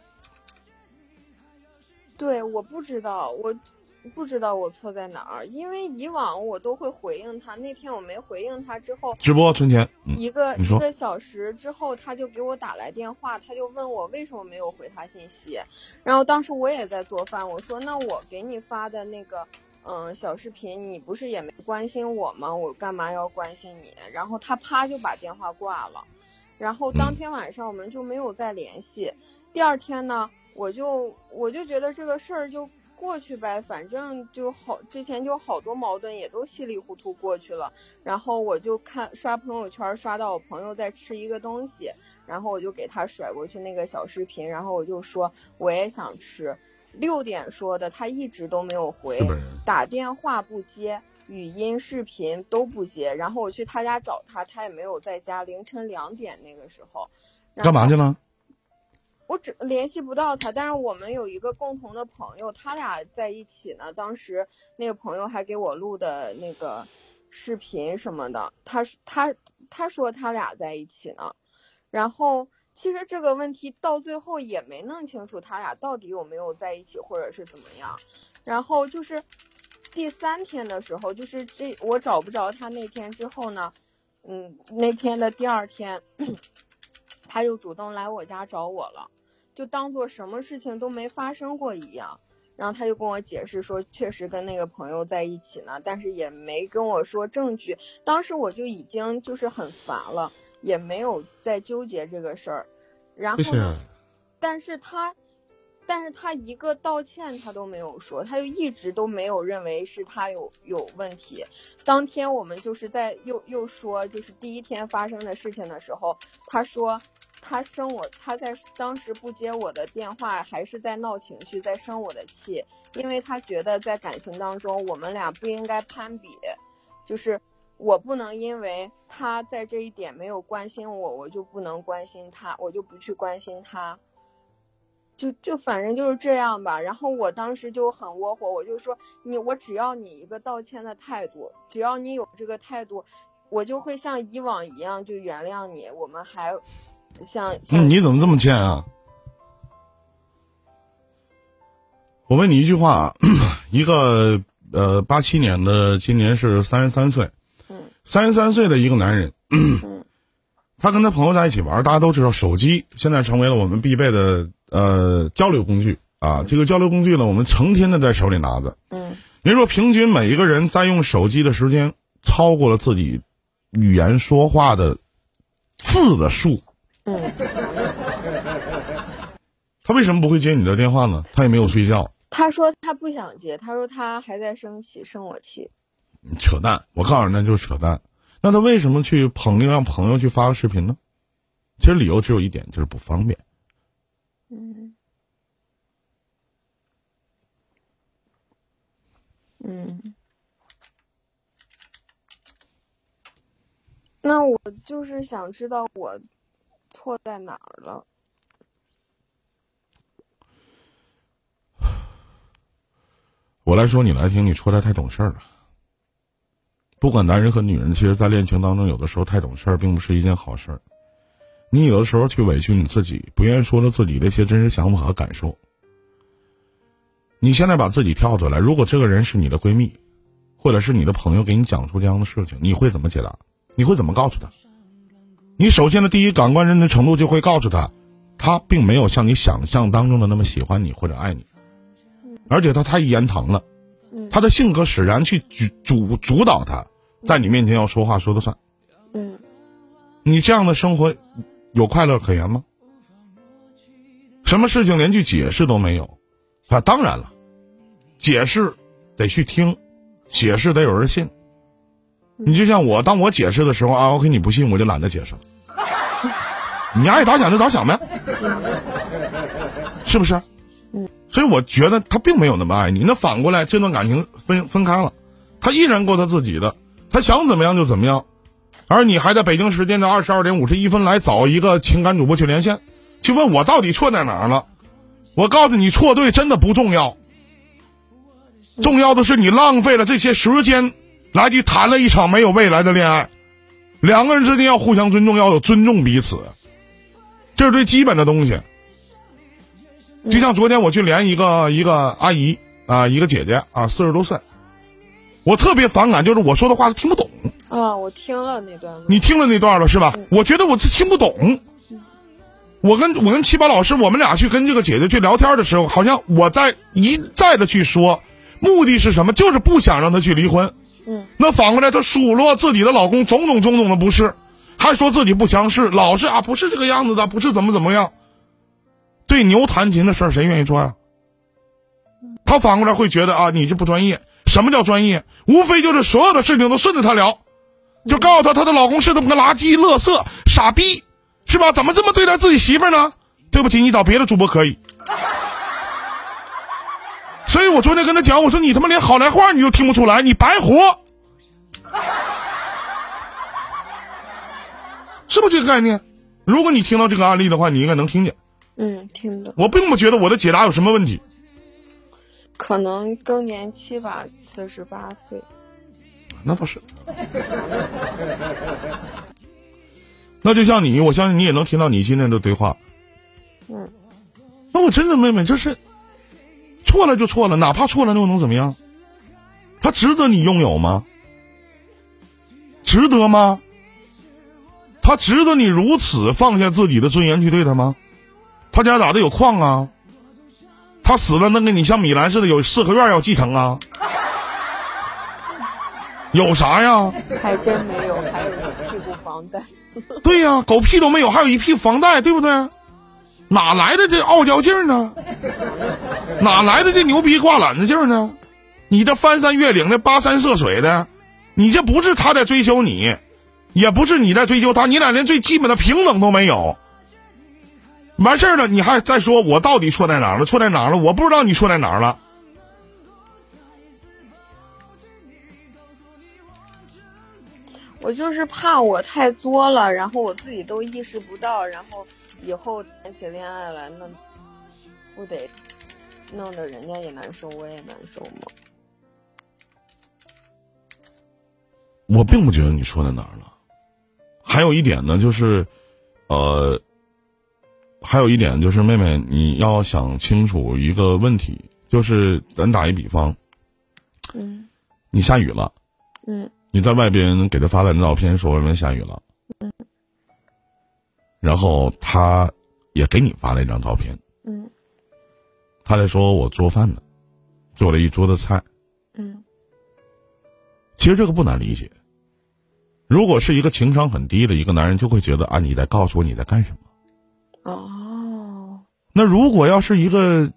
Speaker 4: 对，我不知道，我不知道我错在哪儿，因为以往我都会回应他，那天我没回应他之后，
Speaker 1: 直播春天、嗯、
Speaker 4: 一个
Speaker 1: 一
Speaker 4: 个小时之后，他就给我打来电话，他就问我为什么没有回他信息，然后当时我也在做饭，我说那我给你发的那个嗯小视频，你不是也没关心我吗？我干嘛要关心你？然后他啪就把电话挂了，然后当天晚上我们就没有再联系。第二天呢，我就我就觉得这个事儿就过去呗，反正就好，之前就好多矛盾也都稀里糊涂过去了。然后我就看刷朋友圈，刷到我朋友在吃一个东西，然后我就给他甩过去那个小视频，然后我就说我也想吃。六点说的，他一直都没有回，打电话不接，语音视频都不接，然后我去他家找他，他也没有在家，凌晨两点那个时候。
Speaker 1: 干嘛去了？
Speaker 4: 我只联系不到他，但是我们有一个共同的朋友，他俩在一起呢。当时那个朋友还给我录的那个视频什么的，他他他说他俩在一起呢。然后其实这个问题到最后也没弄清楚他俩到底有没有在一起，或者是怎么样。然后就是第三天的时候，就是这我找不着他那天之后呢，嗯，那天的第二天，他就主动来我家找我了。就当做什么事情都没发生过一样，然后他就跟我解释说确实跟那个朋友在一起呢，但是也没跟我说证据。当时我就已经就是很烦了，也没有再纠结这个事儿。然后呢，但是他但是他一个道歉他都没有说，他就一直都没有认为是他有有问题。当天我们就是在又又说就是第一天发生的事情的时候，他说他生我，他在当时不接我的电话，还是在闹情绪，在生我的气，因为他觉得在感情当中我们俩不应该攀比，就是我不能因为他在这一点没有关心我，我就不能关心他，我就不去关心他，就就反正就是这样吧。然后我当时就很窝火，我就说你，我只要你一个道歉的态度，只要你有这个态度，我就会像以往一样就原谅你，我们还像、
Speaker 1: 嗯、你怎么这么欠啊？ 我问你一句话啊，一个呃八七年的，今年是三十三岁，三十三岁的一个男人，他跟他朋友在一起玩，大家都知道手机现在成为了我们必备的呃交流工具啊。这个交流工具呢，我们成天的在手里拿着。嗯，人说平均每一个人在用手机的时间超过了自己语言说话的字的数。嗯，他为什么不会接你的电话呢？他也没有睡觉。
Speaker 4: 他说他不想接，他说他还在生气，生我气。
Speaker 1: 扯淡！我告诉你，那就是扯淡。那他为什么去朋友让朋友去发个视频呢？其实理由只有一点，就是不方便。
Speaker 4: 嗯嗯，那我就是想知道我错在哪儿了。
Speaker 1: 我来说，你来听，你错在太懂事儿了。不管男人和女人，其实在恋情当中，有的时候太懂事儿并不是一件好事儿。你有的时候去委屈你自己，不愿意说出自己的一些真实想法和感受。你现在把自己跳出来，如果这个人是你的闺蜜，或者是你的朋友给你讲出这样的事情，你会怎么解答？你会怎么告诉他？你首先的第一感官认知程度就会告诉他，他并没有像你想象当中的那么喜欢你或者爱你，而且他太一言堂了。他的性格使然去主主主导他，在你面前要说话说的算。嗯，你这样的生活有快乐可言吗？什么事情连句解释都没有啊？当然了，解释得去听，解释得有人信。你就像我，当我解释的时候啊 ，OK， 你不信我就懒得解释了。你爱咋想就咋想呗，是不是？所以我觉得他并没有那么爱你。那反过来，这段感情分分开了，他依然过他自己的，他想怎么样就怎么样，而你还在北京时间的二十二点五十一分来找一个情感主播去连线，去问我到底错在哪儿了。我告诉你，错对真的不重要，重要的是你浪费了这些时间来去谈了一场没有未来的恋爱。两个人之间要互相尊重，要有尊重彼此，这是最基本的东西。就像昨天我去连一个一个阿姨啊，一个姐姐啊，四十多岁，我特别反感，就是我说的话她听不懂
Speaker 4: 啊。我听了那段，
Speaker 1: 你听了那段了是吧？嗯、我觉得我是听不懂。嗯、我跟我跟七宝老师，我们俩去跟这个姐姐去聊天的时候，好像我在一再的去说，目的是什么？就是不想让她去离婚。嗯，那反过来，她数落自己的老公种种种种的不是，还说自己不强势，老是啊不是这个样子的，不是怎么怎么样。对牛弹琴的事儿，谁愿意做呀？他反过来会觉得啊，你这不专业。什么叫专业？无非就是所有的事情都顺着他聊，就告诉他她的老公是这么个垃圾、垃圾、傻逼，是吧？怎么这么对待自己媳妇儿呢？对不起，你找别的主播可以。所以我昨天跟他讲，我说你他妈连好来话你都听不出来，你白活，是不是这个概念？如果你听到这个案例的话，你应该能听见。
Speaker 4: 嗯，听的。我
Speaker 1: 并不觉得我的解答有什么问题。
Speaker 4: 可能更年期吧，四十八岁。
Speaker 1: 那倒是。那就像你，我相信你也能听到你今天的对话。嗯。那我真的妹妹，就是错了就错了，哪怕错了又能怎么样？他值得你拥有吗？值得吗？他值得你如此放下自己的尊严去对他吗？他家咋的有矿啊？他死了，那个你像米兰似的有四合院要继承啊？有啥呀？
Speaker 4: 还真没有，还有一屁股房贷。
Speaker 1: 对呀、啊，狗屁都没有，还有一屁股房贷，对不对？哪来的这傲娇劲呢？哪来的这牛逼挂懒子劲呢？你这翻山越岭的跋山涉水的，你这不是他在追求你，也不是你在追求他，你俩连最基本的平等都没有。完事儿了，你还再说我到底错在哪儿了？错在哪儿了？我不知道你错在哪儿了。
Speaker 4: 我就是怕我太作了，然后我自己都意识不到，然后以后谈起恋爱来，那不得弄得人家也难受，我也难受吗？
Speaker 1: 我并不觉得你说在哪儿了。还有一点呢，就是呃还有一点就是妹妹，你要想清楚一个问题， 就是咱打一比方，
Speaker 2: 嗯
Speaker 1: 你下雨了，
Speaker 2: 嗯
Speaker 1: 你在外边给他发来的照片说外面下雨了，
Speaker 2: 嗯，
Speaker 1: 然后他也给你发了一张照片，
Speaker 2: 嗯
Speaker 1: 他在说我做饭呢，做了一桌子菜，
Speaker 2: 嗯
Speaker 1: 其实这个不难理解。如果是一个情商很低的一个男人，就会觉得啊，你在告诉我你在干什么。
Speaker 2: 哦，
Speaker 1: 那如果要是一个，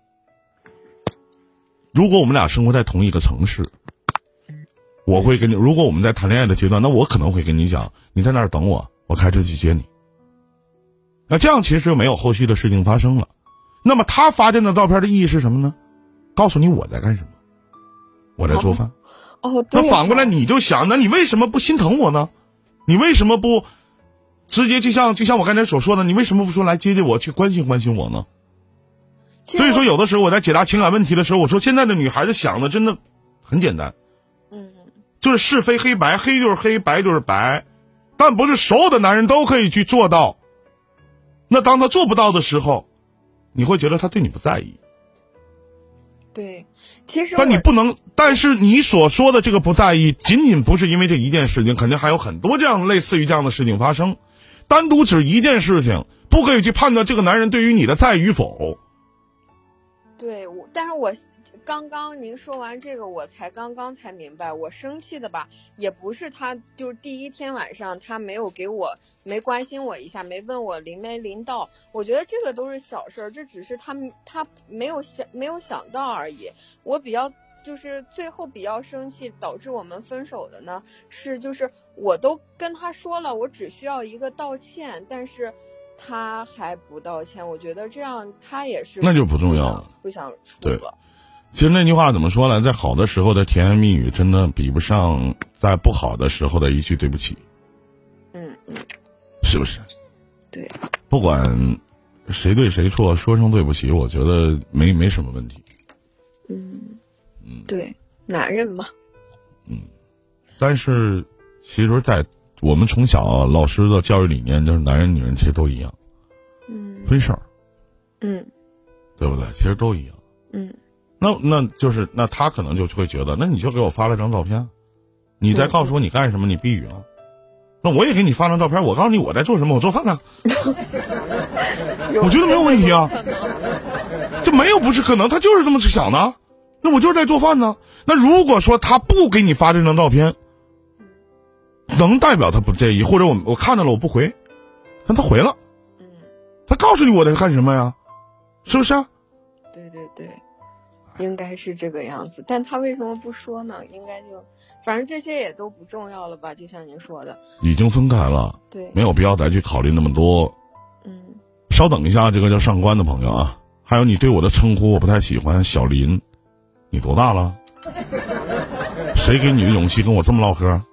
Speaker 1: 如果我们俩生活在同一个城市，我会跟你，如果我们在谈恋爱的阶段，那我可能会跟你讲，你在那儿等我，我开车去接你。那这样其实就没有后续的事情发生了。那么他发这张照片的意义是什么呢？告诉你我在干什么，我在做饭。
Speaker 2: 哦，哦对
Speaker 1: 那反过来你就想，那你为什么不心疼我呢？你为什么不直接就像就像我刚才所说的，你为什么不说来接接我，去关心关心我呢？所以说，有的时候我在解答情感问题的时候，我说现在的女孩子想的真的很简单，
Speaker 2: 嗯，
Speaker 1: 就是是非黑白，黑就是黑，白就是白，但不是所有的男人都可以去做到。那当他做不到的时候，你会觉得他对你不在意。
Speaker 4: 对，其实
Speaker 1: 但你不能，但是你所说的这个不在意，仅仅不是因为这一件事情，肯定还有很多这样类似于这样的事情发生。单独指一件事情，不可以去判断这个男人对于你的在与否。
Speaker 4: 对，我但是我刚刚您说完这个，我才刚刚才明白，我生气的吧，也不是他，就是第一天晚上他没有给我，没关心我一下，没问我淋没淋到，我觉得这个都是小事儿，这只是他他没有想没有想到而已。我比较就是最后比较生气，导致我们分手的呢，是就是我都跟他说了，我只需要一个道歉，但是他还不道歉，我觉得这样他也是
Speaker 1: 那就不重要了，
Speaker 4: 不想处
Speaker 1: 对
Speaker 4: 了。
Speaker 1: 其实那句话怎么说呢？在好的时候的甜言蜜语，真的比不上在不好的时候的一句对不起。
Speaker 4: 嗯嗯，
Speaker 1: 是不是？
Speaker 4: 对，
Speaker 1: 不管谁对谁错，说声对不起，我觉得没没什么问题。
Speaker 4: 嗯
Speaker 1: 嗯，
Speaker 4: 对，男人嘛。
Speaker 1: 嗯，但是其实，在我们从小老师的教育理念，就是男人女人其实都一样，
Speaker 4: 嗯
Speaker 1: 分事儿，
Speaker 4: 嗯
Speaker 1: 对不对？其实都一样。
Speaker 4: 嗯，
Speaker 1: 那那就是那他可能就会觉得，那你就给我发了张照片，你再告诉我你干什么，你避雨了。那我也给你发张照片，我告诉你我在做什么，我做饭呢。我觉得没有问题啊，这没有不是可能，他就是这么想的。那我就是在做饭呢。那如果说他不给你发这张照片，能代表他不介意，或者我我看到了我不回，但他回了，
Speaker 4: 嗯，
Speaker 1: 他告诉你我在干什么呀，是不是啊？
Speaker 4: 对对对，应该是这个样子。但他为什么不说呢？应该就，反正这些也都不重要了吧？就像您说的，
Speaker 1: 已经分开了，
Speaker 4: 对，
Speaker 1: 没有必要再去考虑那么多。
Speaker 4: 嗯，
Speaker 1: 稍等一下，这个叫上官的朋友啊，还有你对我的称呼我不太喜欢，小林，你多大了？谁给你的勇气跟我这么唠嗑？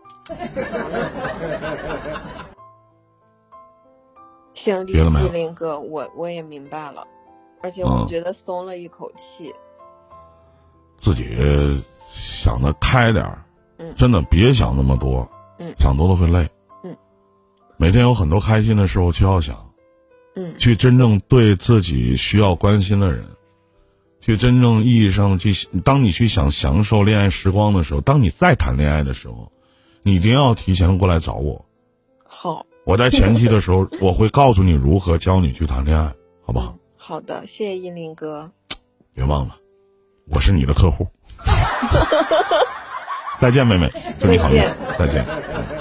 Speaker 4: 行，
Speaker 1: 别的没有
Speaker 4: 玉林哥，我我也明白了，而且我觉得松了一口气。
Speaker 1: 自己想的开点儿，
Speaker 4: 嗯，
Speaker 1: 真的别想那么多，
Speaker 4: 嗯，
Speaker 1: 想多了会累，
Speaker 4: 嗯，
Speaker 1: 每天有很多开心的时候就要想，
Speaker 4: 嗯，
Speaker 1: 去真正对自己需要关心的人，去真正意义上去，当你去想享受恋爱时光的时候，当你再谈恋爱的时候，你一定要提前过来找我。
Speaker 4: 好，
Speaker 1: 我在前期的时候，我会告诉你如何教你去谈恋爱，好不好？
Speaker 4: 嗯、好的，谢谢依林哥。
Speaker 1: 别忘了，我是你的客户。再见，妹妹，祝你好运，再见。